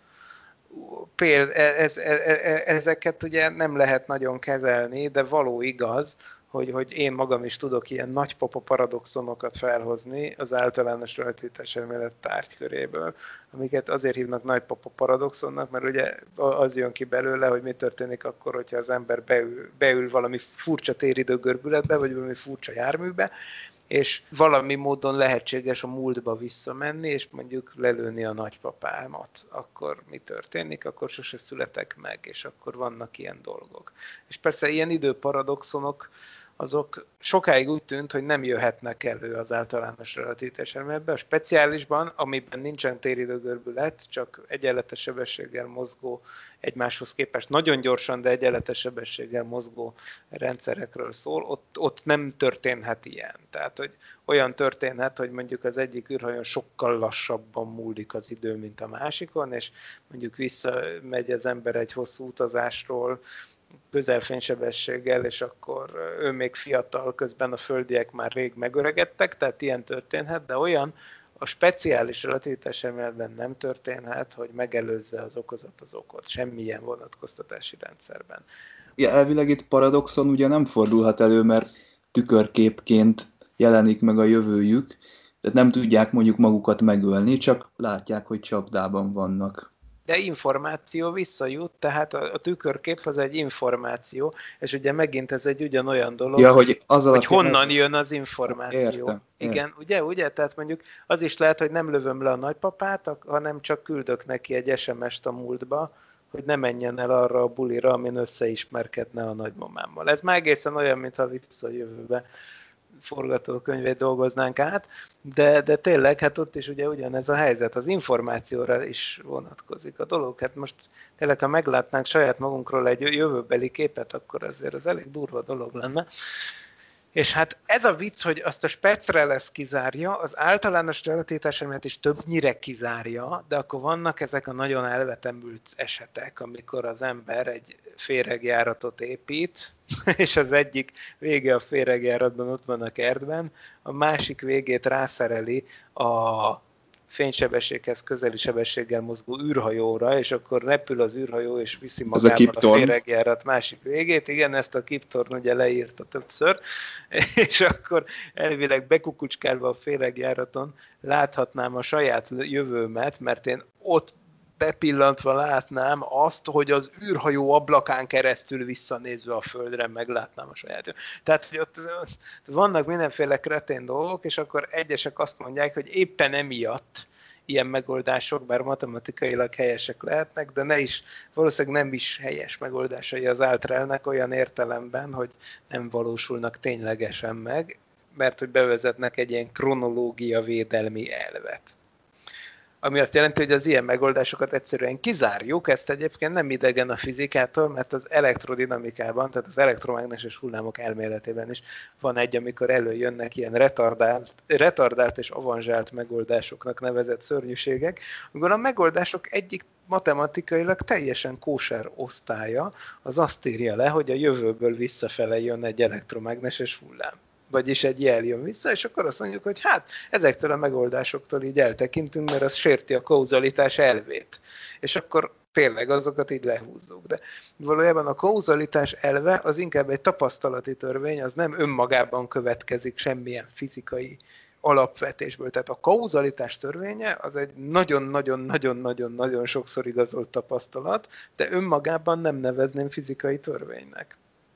Például ezeket ugye nem lehet nagyon kezelni, de való igaz, hogy én magam is tudok ilyen nagypapa paradoxonokat felhozni az általános relativitás elmélet tárgyköréből, amiket azért hívnak nagypapa paradoxonnak, mert ugye az jön ki belőle, hogy mi történik akkor, hogyha az ember beül valami furcsa téridőgörbületbe, vagy valami furcsa járműbe, és valami módon lehetséges a múltba visszamenni, és mondjuk lelőni a nagypapámat. Akkor mi történik? Akkor sose születek meg, és akkor vannak ilyen dolgok. És persze ilyen időparadoxonok, azok sokáig úgy tűnt, hogy nem jöhetnek elő az általános relativitás elméletben. A speciálisban, amiben nincsen téridőgörbület, csak egyenletes sebességgel mozgó, egymáshoz képest nagyon gyorsan, de egyenletes sebességgel mozgó rendszerekről szól, ott nem történhet ilyen. Tehát, hogy olyan történhet, hogy mondjuk az egyik űrhajón sokkal lassabban múlik az idő, mint a másikon, és mondjuk visszamegy az ember egy hosszú utazásról, közelfénysebességgel, és akkor ő még fiatal, közben a földiek már rég megöregedtek, tehát ilyen történhet, de olyan a speciális relativitás elméletben nem történhet, hogy megelőzze az okozat az okot, semmilyen vonatkoztatási rendszerben. Ja, elvileg itt paradoxon ugye nem fordulhat elő, mert tükörképként jelenik meg a jövőjük, tehát nem tudják mondjuk magukat megölni, csak látják, hogy csapdában vannak. De információ visszajut, tehát a tükörkép az egy információ, és ugye megint ez egy ugyanolyan dolog, ja, hogy honnan jön az információ. Értem. Igen, ugye? Tehát mondjuk az is lehet, hogy nem lövöm le a nagypapát, hanem csak küldök neki egy SMS-t a múltba, hogy ne menjen el arra a bulira, amin összeismerkedne a nagymamámmal. Ez már egészen olyan, mintha Vissza a jövőbe forgatókönyvét dolgoznánk át, de tényleg, hát ott is ugye ugyanez a helyzet, az információra is vonatkozik a dolog. Hát most tényleg, ha meglátnánk saját magunkról egy jövőbeli képet, akkor azért az elég durva dolog lenne. És hát ez a vicc, hogy azt a specre lesz kizárja, az általános relativitás elmélet is többnyire kizárja, de akkor vannak ezek a nagyon elvetemült esetek, amikor az ember egy féregjáratot épít, és az egyik vége a féregjáratban ott van a kertben, a másik végét rászereli a fénysebességhez közeli sebességgel mozgó űrhajóra, és akkor repül az űrhajó, és viszi magával a féregjárat másik végét. Igen, ezt a Kip Thorne ugye leírta többször, és akkor elvileg bekukucskálva a féregjáraton láthatnám a saját jövőmet, mert én ott bepillantva látnám azt, hogy az űrhajó ablakán keresztül visszanézve a földre meglátnám a saját jövőmet. Tehát, hogy ott vannak mindenféle kretén dolgok, és akkor egyesek azt mondják, hogy éppen emiatt ilyen megoldások, bár matematikailag helyesek lehetnek, de valószínűleg nem is helyes megoldásai az Altrelnek olyan értelemben, hogy nem valósulnak ténylegesen meg, mert hogy bevezetnek egy ilyen kronológia védelmi elvet. Ami azt jelenti, hogy az ilyen megoldásokat egyszerűen kizárjuk, ezt egyébként nem idegen a fizikától, mert az elektrodinamikában, tehát az elektromágneses hullámok elméletében is van egy, amikor előjönnek ilyen retardált és avanzsált megoldásoknak nevezett szörnyűségek, amikor a megoldások egyik matematikailag teljesen kóser osztálya az azt írja le, hogy a jövőből visszafele jön egy elektromágneses hullám. Vagyis egy jel jön vissza, és akkor azt mondjuk, hogy hát ezektől a megoldásoktól így eltekintünk, mert az sérti a kauzalitás elvét. És akkor tényleg azokat így lehúzzuk. De valójában a kauzalitás elve az inkább egy tapasztalati törvény, az nem önmagában következik semmilyen fizikai alapvetésből. Tehát a kauzalitás törvénye az egy nagyon-nagyon-nagyon-nagyon-nagyon sokszor igazolt tapasztalat, de önmagában nem nevezném fizikai törvénynek.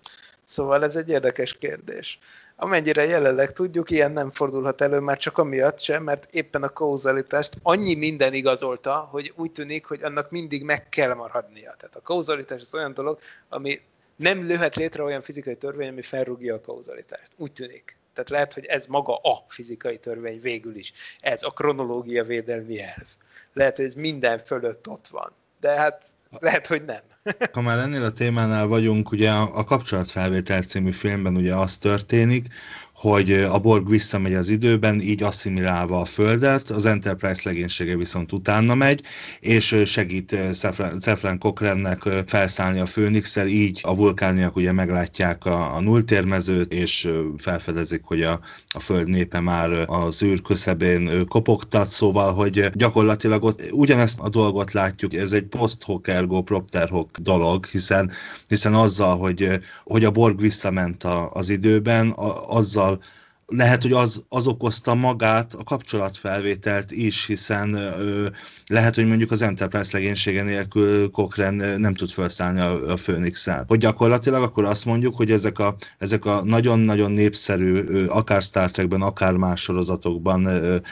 Szóval ez egy érdekes kérdés. Amennyire jelenleg tudjuk, ilyen nem fordulhat elő már csak amiatt sem, mert éppen a kauzalitást annyi minden igazolta, hogy úgy tűnik, hogy annak mindig meg kell maradnia. Tehát a kauzalitás az olyan dolog, ami nem lőhet létre olyan fizikai törvény, ami felrúgja a kauzalitást. Úgy tűnik. Tehát lehet, hogy ez maga a fizikai törvény végül is. Ez a kronológia védelmi elv. Lehet, hogy ez minden fölött ott van. De hát lehet, hogy nem. Ha már ennél a témánál vagyunk, ugye a Kapcsolatfelvétel című filmben ugye az történik, hogy a Borg visszamegy az időben, így asszimilálva a Földet, az Enterprise legénysége viszont utána megy, és segít Zefran Cochrane-nek felszállni a Főnixszel, így a vulkániak ugye meglátják a nulltérmezőt, és felfedezik, hogy a Föld népe már az űr közepén kopogtat, szóval, hogy gyakorlatilag ott ugyanezt a dolgot látjuk, ez egy post-hoc ergo propter hoc dolog, hiszen azzal, hogy a Borg visszament az időben, azzal lehet, hogy az okozta magát a kapcsolatfelvételt is, hiszen lehet, hogy mondjuk az Enterprise legénysége nélkül Cochrane nem tud felszállni a Phoenix-szel. Hogy gyakorlatilag akkor azt mondjuk, hogy ezek a nagyon-nagyon népszerű, akár Star Trekben, akár más sorozatokban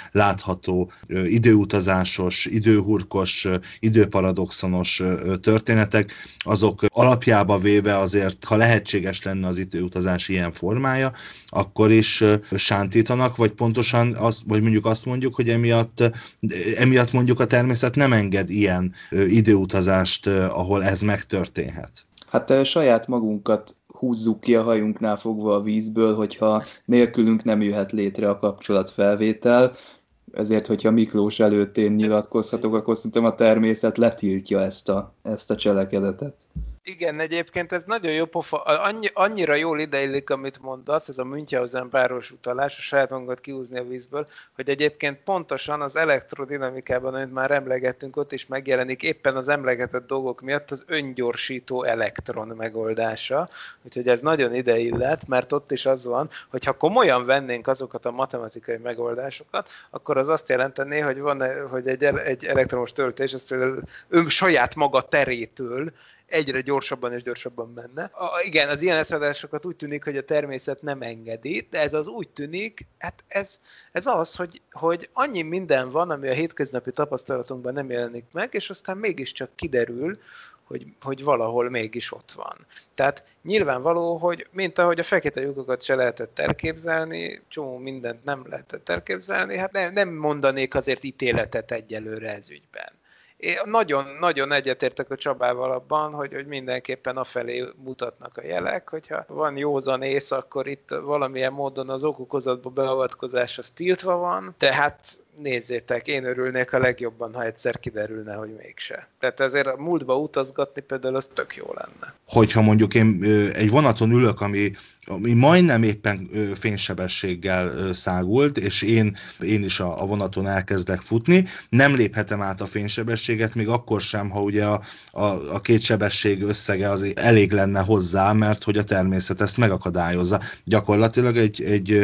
látható időutazásos, időhurkos, időparadoxonos történetek, azok alapjába véve azért, ha lehetséges lenne az időutazás ilyen formája, akkor is sántítanak, vagy pontosan vagy mondjuk azt mondjuk, hogy emiatt mondjuk a természet nem enged ilyen időutazást, ahol ez megtörténhet. Hát saját magunkat húzzuk ki a hajunknál fogva a vízből, hogyha nélkülünk nem jöhet létre a kapcsolatfelvétel, ezért, hogyha Miklós előtt én nyilatkozhatok, akkor szerintem a természet letiltja ezt a cselekedetet. Igen, egyébként ez nagyon jó pofa, annyira jól ideillik, amit mondasz, ez a Münchhausen páros utalás, a saját magunkat kihúzni a vízből, hogy egyébként pontosan az elektrodinamikában, amit már emlegettünk, ott is megjelenik éppen az emlegetett dolgok miatt az öngyorsító elektron megoldása, úgyhogy ez nagyon ideillet, mert ott is az van, hogy ha komolyan vennénk azokat a matematikai megoldásokat, akkor az azt jelentené, hogy egy elektromos töltés, az például saját maga terétől egyre gyorsabban és gyorsabban menne. Igen, az ilyen eszmedásokat úgy tűnik, hogy a természet nem engedi, de ez az úgy tűnik, hát ez az, hogy annyi minden van, ami a hétköznapi tapasztalatunkban nem jelenik meg, és aztán mégiscsak kiderül, hogy valahol mégis ott van. Tehát nyilvánvaló, hogy mint ahogy a fekete lyukokat se lehetett elképzelni, csomó mindent nem lehetett elképzelni, hát nem mondanék azért ítéletet egyelőre ez ügyben. Én nagyon egyetértek a Csabával abban, hogy mindenképpen afelé mutatnak a jelek, hogyha van józan ész, akkor itt valamilyen módon az okokozatba beavatkozás az tiltva van, tehát nézzétek, én örülnék a legjobban, ha egyszer kiderülne, hogy mégse. Tehát azért a múltba utazgatni például az tök jó lenne. Hogyha mondjuk én egy vonaton ülök, ami majdnem éppen fénysebességgel szágult, és én is a vonaton elkezdek futni, nem léphetem át a fénysebességet, még akkor sem, ha ugye a két sebesség összege az elég lenne hozzá, mert hogy a természet ezt megakadályozza. Gyakorlatilag egy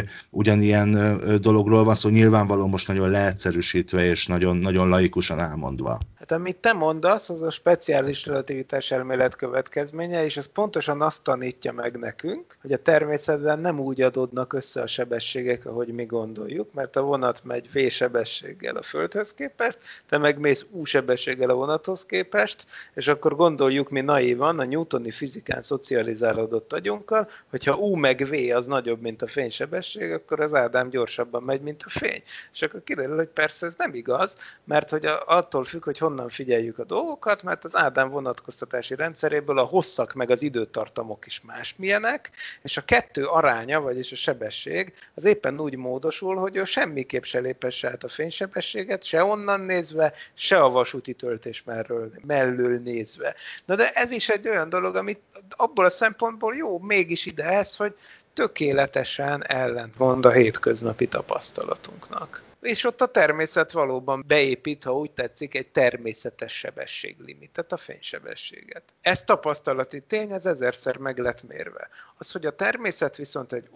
ugyanilyen dologról van szó, nyilvánvalóan most nagyon leegyszerűsítve és nagyon, nagyon laikusan elmondva. Hát amit te mondasz, az a speciális relativitás elmélet következménye, és ez pontosan azt tanítja meg nekünk, hogy a természetben nem úgy adódnak össze a sebességek, ahogy mi gondoljuk, mert a vonat megy v-sebességgel a Földhöz képest, te megmész u-sebességgel a vonathoz képest, és akkor gondoljuk mi naívan a newtoni fizikán szocializálódott agyunkkal, hogyha u meg v az nagyobb, mint a fénysebesség, akkor az Ádám gyorsabban megy, mint a fény. És akkor kiderül, hogy persze ez nem igaz, mert hogy attól függ, hogy honnan figyeljük a dolgokat, mert az Ádám vonatkoztatási rendszeréből a hosszak meg az időtartamok is másmilyenek, és a kettő aránya, vagyis a sebesség, az éppen úgy módosul, hogy ő semmiképp se lépesse át a fénysebességet, se onnan nézve, se a vasúti töltés mellől nézve. Na de ez is egy olyan dolog, amit abból a szempontból jó mégis ide ez, hogy tökéletesen ellentmond a hétköznapi tapasztalatunknak. És ott a természet valóban beépít, ha úgy tetszik, egy természetes sebességlimitet, a fénysebességet. Ez tapasztalati tény, ez 1000-szer meg lett mérve. Az, hogy a természet viszont egy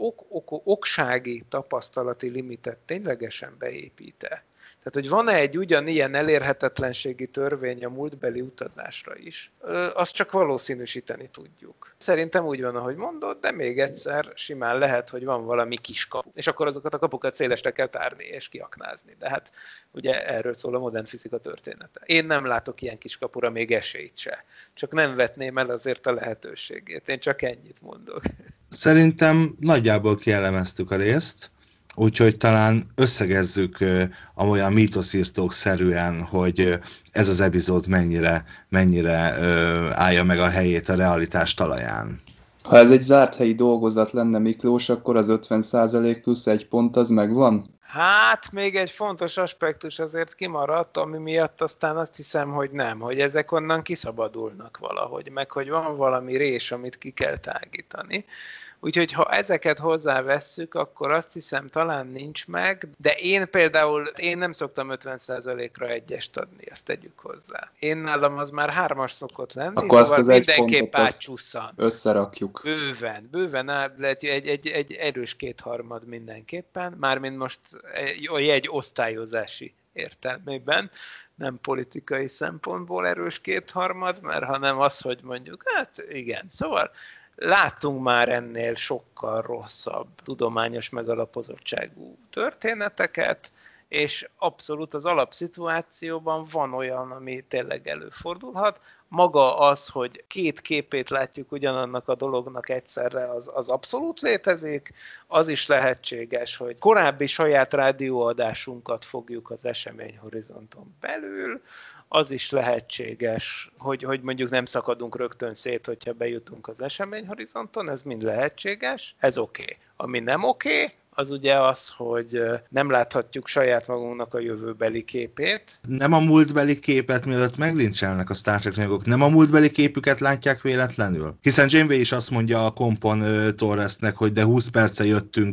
oksági tapasztalati limitet ténylegesen beépít-e, tehát, hogy van-e egy ugyanilyen elérhetetlenségi törvény a múltbeli utazásra is, azt csak valószínűsíteni tudjuk. Szerintem úgy van, ahogy mondod, de még egyszer simán lehet, hogy van valami kiskapu. És akkor azokat a kapukat szélesre kell tárni és kiaknázni. De hát ugye erről szól a modern fizika története. Én nem látok ilyen kiskapura még esélyt se. Csak nem vetném el azért a lehetőségét. Én csak ennyit mondok. Szerintem nagyjából kielemeztük a részt. Úgyhogy talán összegezzük amolyan mítoszirtók-szerűen, hogy ez az epizód mennyire állja meg a helyét a realitás talaján. Ha ez egy zárt helyi dolgozat lenne, Miklós, akkor az 50% plusz 1 pont az megvan? Hát még egy fontos aspektus azért kimaradt, ami miatt aztán azt hiszem, hogy nem, hogy ezek onnan kiszabadulnak valahogy, meg hogy van valami rés, amit ki kell tágítani. Úgyhogy ha ezeket hozzávesszük, akkor azt hiszem talán nincs meg, de én például nem szoktam 50%-ra egyest adni, ezt tegyük hozzá. Én nálam az már 3-as szokott lenni, akkor szóval mindenképp átcsusszan. Összerakjuk. Bőven lehet egy erős 2/3 mindenképpen, mármint most a jegy osztályozási értelmében, nem politikai szempontból erős 2/3, mert hanem az, hogy mondjuk, hát igen, szóval láttunk már ennél sokkal rosszabb tudományos megalapozottságú történeteket, és abszolút az alapszituációban van olyan, ami tényleg előfordulhat. Maga az, hogy két képét látjuk ugyanannak a dolognak egyszerre, az abszolút létezik. Az is lehetséges, hogy korábbi saját rádióadásunkat fogjuk az eseményhorizonton belül. Az is lehetséges, hogy mondjuk nem szakadunk rögtön szét, hogyha bejutunk az eseményhorizonton, ez mind lehetséges, ez oké. Ami nem oké, az ugye az, hogy nem láthatjuk saját magunknak a jövőbeli képét. Nem a múltbeli képet, mielőtt meglincselnek a Star Trek rajongók, nem a múltbeli képüket látják véletlenül? Hiszen Janeway is azt mondja a kompon Torresnek, hogy de 20 perce jöttünk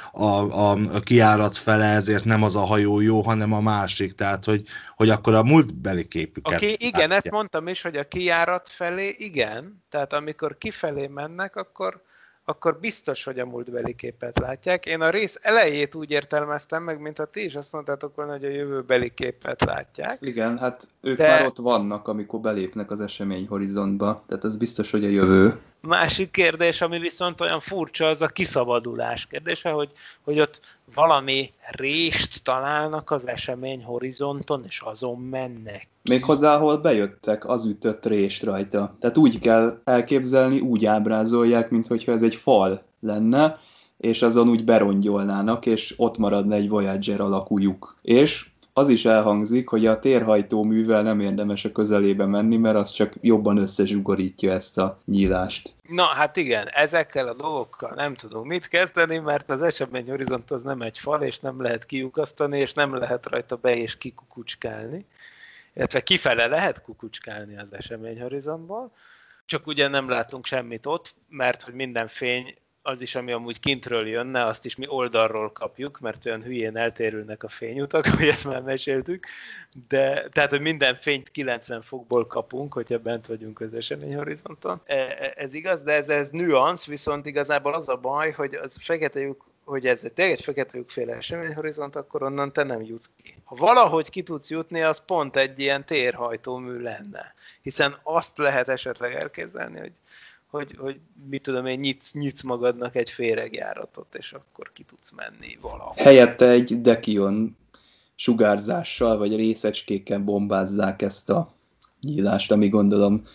a kijárat fele, ezért nem az a hajó jó, hanem a másik. Tehát, hogy akkor a múltbeli képüket Igen, látják. ezt mondtam is, hogy a kijárat felé igen, tehát amikor kifelé mennek, akkor biztos, hogy a múltbeli képet látják. Én a rész elejét úgy értelmeztem meg, mint ha ti is azt mondtátok volna, hogy a jövőbeli képet látják. Igen, hát ők már ott vannak, amikor belépnek az eseményhorizontba, tehát ez biztos, hogy a jövő. Másik kérdés, ami viszont olyan furcsa, az a kiszabadulás kérdése, hogy ott valami rést találnak az eseményhorizonton, és azon mennek. Méghozzá, ahol bejöttek, az ütött rést rajta. Tehát úgy kell elképzelni, úgy ábrázolják, mintha ez egy fal lenne, és azon úgy berongyolnának, és ott maradna egy Voyager alakú lyuk. És az is elhangzik, hogy a térhajtóművel nem érdemes a közelébe menni, mert az csak jobban összezsugorítja ezt a nyílást. Na, hát igen, ezekkel a dolgokkal nem tudunk mit kezdeni, mert az eseményhorizont az nem egy fal, és nem lehet kiukasztani, és nem lehet rajta be- és kikukucskálni. Illetve kifele lehet kukucskálni az eseményhorizontból, csak ugye nem látunk semmit ott, mert hogy minden fény, az is, ami amúgy kintről jönne, azt is mi oldalról kapjuk, mert olyan hülyén eltérülnek a fényutak, hogy ezt már meséltük, de tehát, hogy minden fényt 90 fokból kapunk, hogyha bent vagyunk az eseményhorizonton. Ez igaz, de ez nüansz, viszont igazából az a baj, hogy az fekete lyuk hogy ez tényleg egy fekete lyukféle eseményhorizont, akkor onnan te nem jutsz ki. Ha valahogy ki tudsz jutni, az pont egy ilyen térhajtómű lenne. Hiszen azt lehet esetleg elképzelni, hogy mit tudom én, nyitsz magadnak egy féregjáratot, és akkor ki tudsz menni valahol. Helyette egy Dekion sugárzással, vagy részecskékkel bombázzák ezt a nyílást, ami gondolom,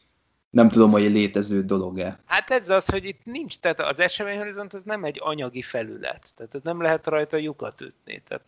nem tudom, hogy egy létező dolog-e. Hát ez az, hogy itt nincs, tehát az eseményhorizont az nem egy anyagi felület, tehát nem lehet rajta lyukat ütni, tehát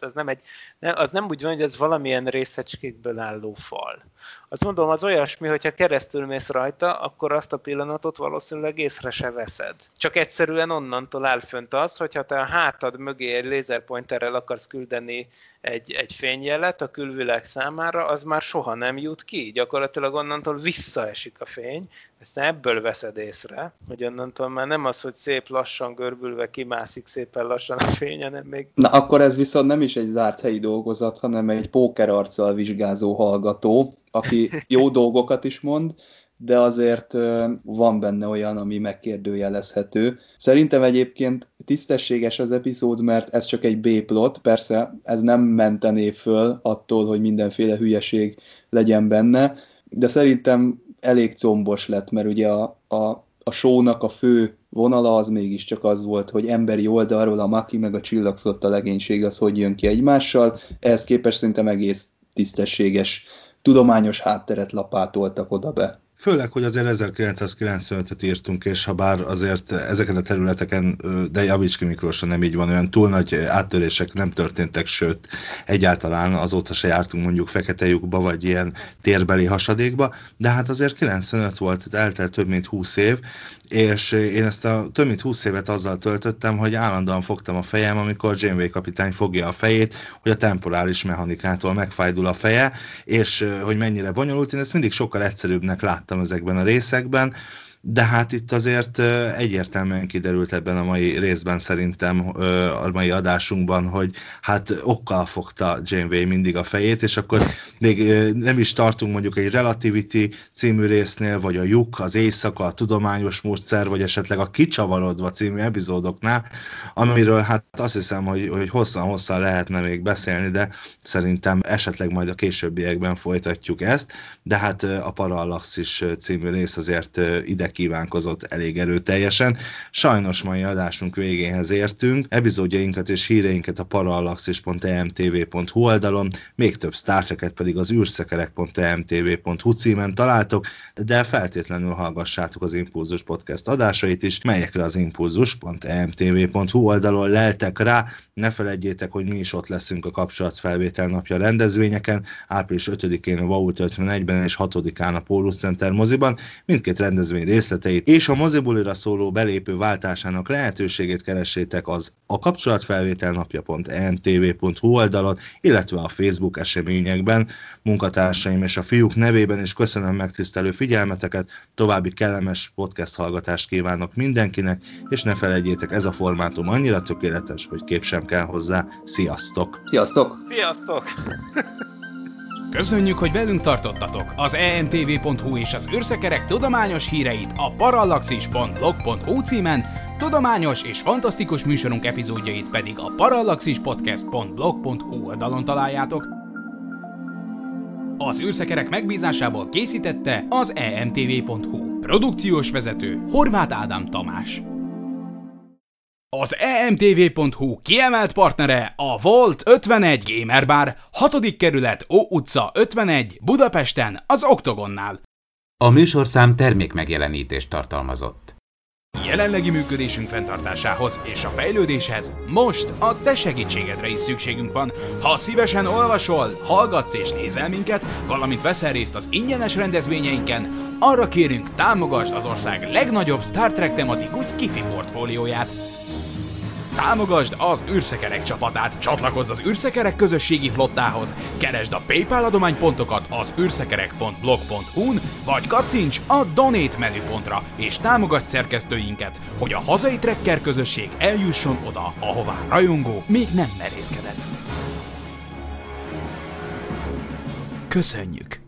az nem úgy van, hogy ez valamilyen részecskékből álló fal. Azt mondom, az olyasmi, hogyha keresztül mész rajta, akkor azt a pillanatot valószínűleg észre se veszed. Csak egyszerűen onnantól áll fönt az, hogyha te a hátad mögé egy lézerpointerrel akarsz küldeni egy fényjelet a külvilág számára, az már soha nem jut ki. Gyakorlatilag onnantól visszaesik a fény, ezt ebből veszed észre, hogy onnantól már nem az, hogy szép lassan görbülve kimászik szépen lassan a fény, hanem még... Na akkor ez viszont nem is egy zárt helyi dolgozat, hanem egy pókerarccal vizsgázó hallgató, aki jó dolgokat is mond, de azért van benne olyan, ami megkérdőjelezhető. Szerintem egyébként tisztességes az epizód, mert ez csak egy B-plot, persze ez nem mentené föl attól, hogy mindenféle hülyeség legyen benne, de szerintem elég combos lett, mert ugye a show-nak a fő vonala az mégiscsak az volt, hogy emberi oldalról a Maki meg a Csillagflotta legénység az hogy jön ki egymással, ehhez képest szerintem egész tisztességes, tudományos hátteret lapátoltak oda be. Főleg, hogy azért 1995-öt írtunk, és ha bár azért ezeken a területeken, de javíts ki Miklósra, nem így van, olyan túl nagy áttörések nem történtek, sőt, egyáltalán azóta se jártunk mondjuk fekete lyukba, vagy ilyen térbeli hasadékba, de hát azért 95 volt, eltelt több mint 20 év, és én ezt a több mint 20 évet azzal töltöttem, hogy állandóan fogtam a fejem, amikor Janeway kapitány fogja a fejét, hogy a temporális mechanikától megfájdul a feje, és hogy mennyire bonyolult, én ezt mindig sokkal egyszerűbbnek láttam ezekben a részekben, de hát itt azért egyértelműen kiderült ebben a mai részben szerintem, a mai adásunkban, hogy hát okkal fogta Janeway mindig a fejét, és akkor még nem is tartunk mondjuk egy Relativity című résznél, vagy a lyuk, az éjszaka, a tudományos módszer, vagy esetleg a Kicsavarodva című epizódoknál, amiről hát azt hiszem, hogy hosszan lehetne még beszélni, de szerintem esetleg majd a későbbiekben folytatjuk ezt, de hát a Parallaxis című rész azért ide kívánkozott elég erőteljesen. Sajnos mai adásunk végéhez értünk. Epizódjainkat és híreinket a parallaxis.emtv.hu oldalon, még több Star Trek-et pedig az űrszekerek.emtv.hu címen találtok, de feltétlenül hallgassátok az Impulzus Podcast adásait is, melyekre az impulzus.emtv.hu oldalon leltek rá. Ne feledjétek, hogy mi is ott leszünk a Kapcsolatfelvétel napja rendezvényeken, április 5-én a Vault 51-ben és 6-án a Pólus Center moziban. Mindkét rendezvény részleteit és a mozibulira szóló belépő váltásának lehetőségét keressétek az a kapcsolatfelvételnapja.emtv.hu oldalon, illetve a Facebook eseményekben. Munkatársaim és a fiúk nevében is köszönöm megtisztelő figyelmeteket, további kellemes podcast hallgatást kívánok mindenkinek, és ne felejtjétek, ez a formátum annyira tökéletes, hogy kép sem kell hozzá. Sziasztok! Sziasztok! Sziasztok! Köszönjük, hogy velünk tartottatok! Az emtv.hu és az űrszekerek tudományos híreit a parallaxis.blog.hu címen, tudományos és fantasztikus műsorunk epizódjait pedig a parallaxispodcast.blog.hu oldalon találjátok. Az űrszekerek megbízásából készítette az emtv.hu. Produkciós vezető Horváth Ádám Tamás. Az emtv.hu kiemelt partnere a Volt 51 Gamer Bar, 6. kerület, Ó utca 51, Budapesten, az Oktogonnál. A műsorszám termékmegjelenítést tartalmazott. Jelenlegi működésünk fenntartásához és a fejlődéshez most a te segítségedre is szükségünk van. Ha szívesen olvasol, hallgatsz és nézel minket, valamint veszel részt az ingyenes rendezvényeinken, arra kérünk, támogasd az ország legnagyobb Star Trek tematikus sci-fi portfólióját. Támogasd az űrszekerek csapatát, csatlakozz az űrszekerek közösségi flottához, keresd a PayPal adománypontokat az űrszekerek.blog.hu-n, vagy kattints a Donate menüpontra, és támogasd szerkesztőinket, hogy a hazai trekker közösség eljusson oda, ahová rajongó még nem merészkedett. Köszönjük!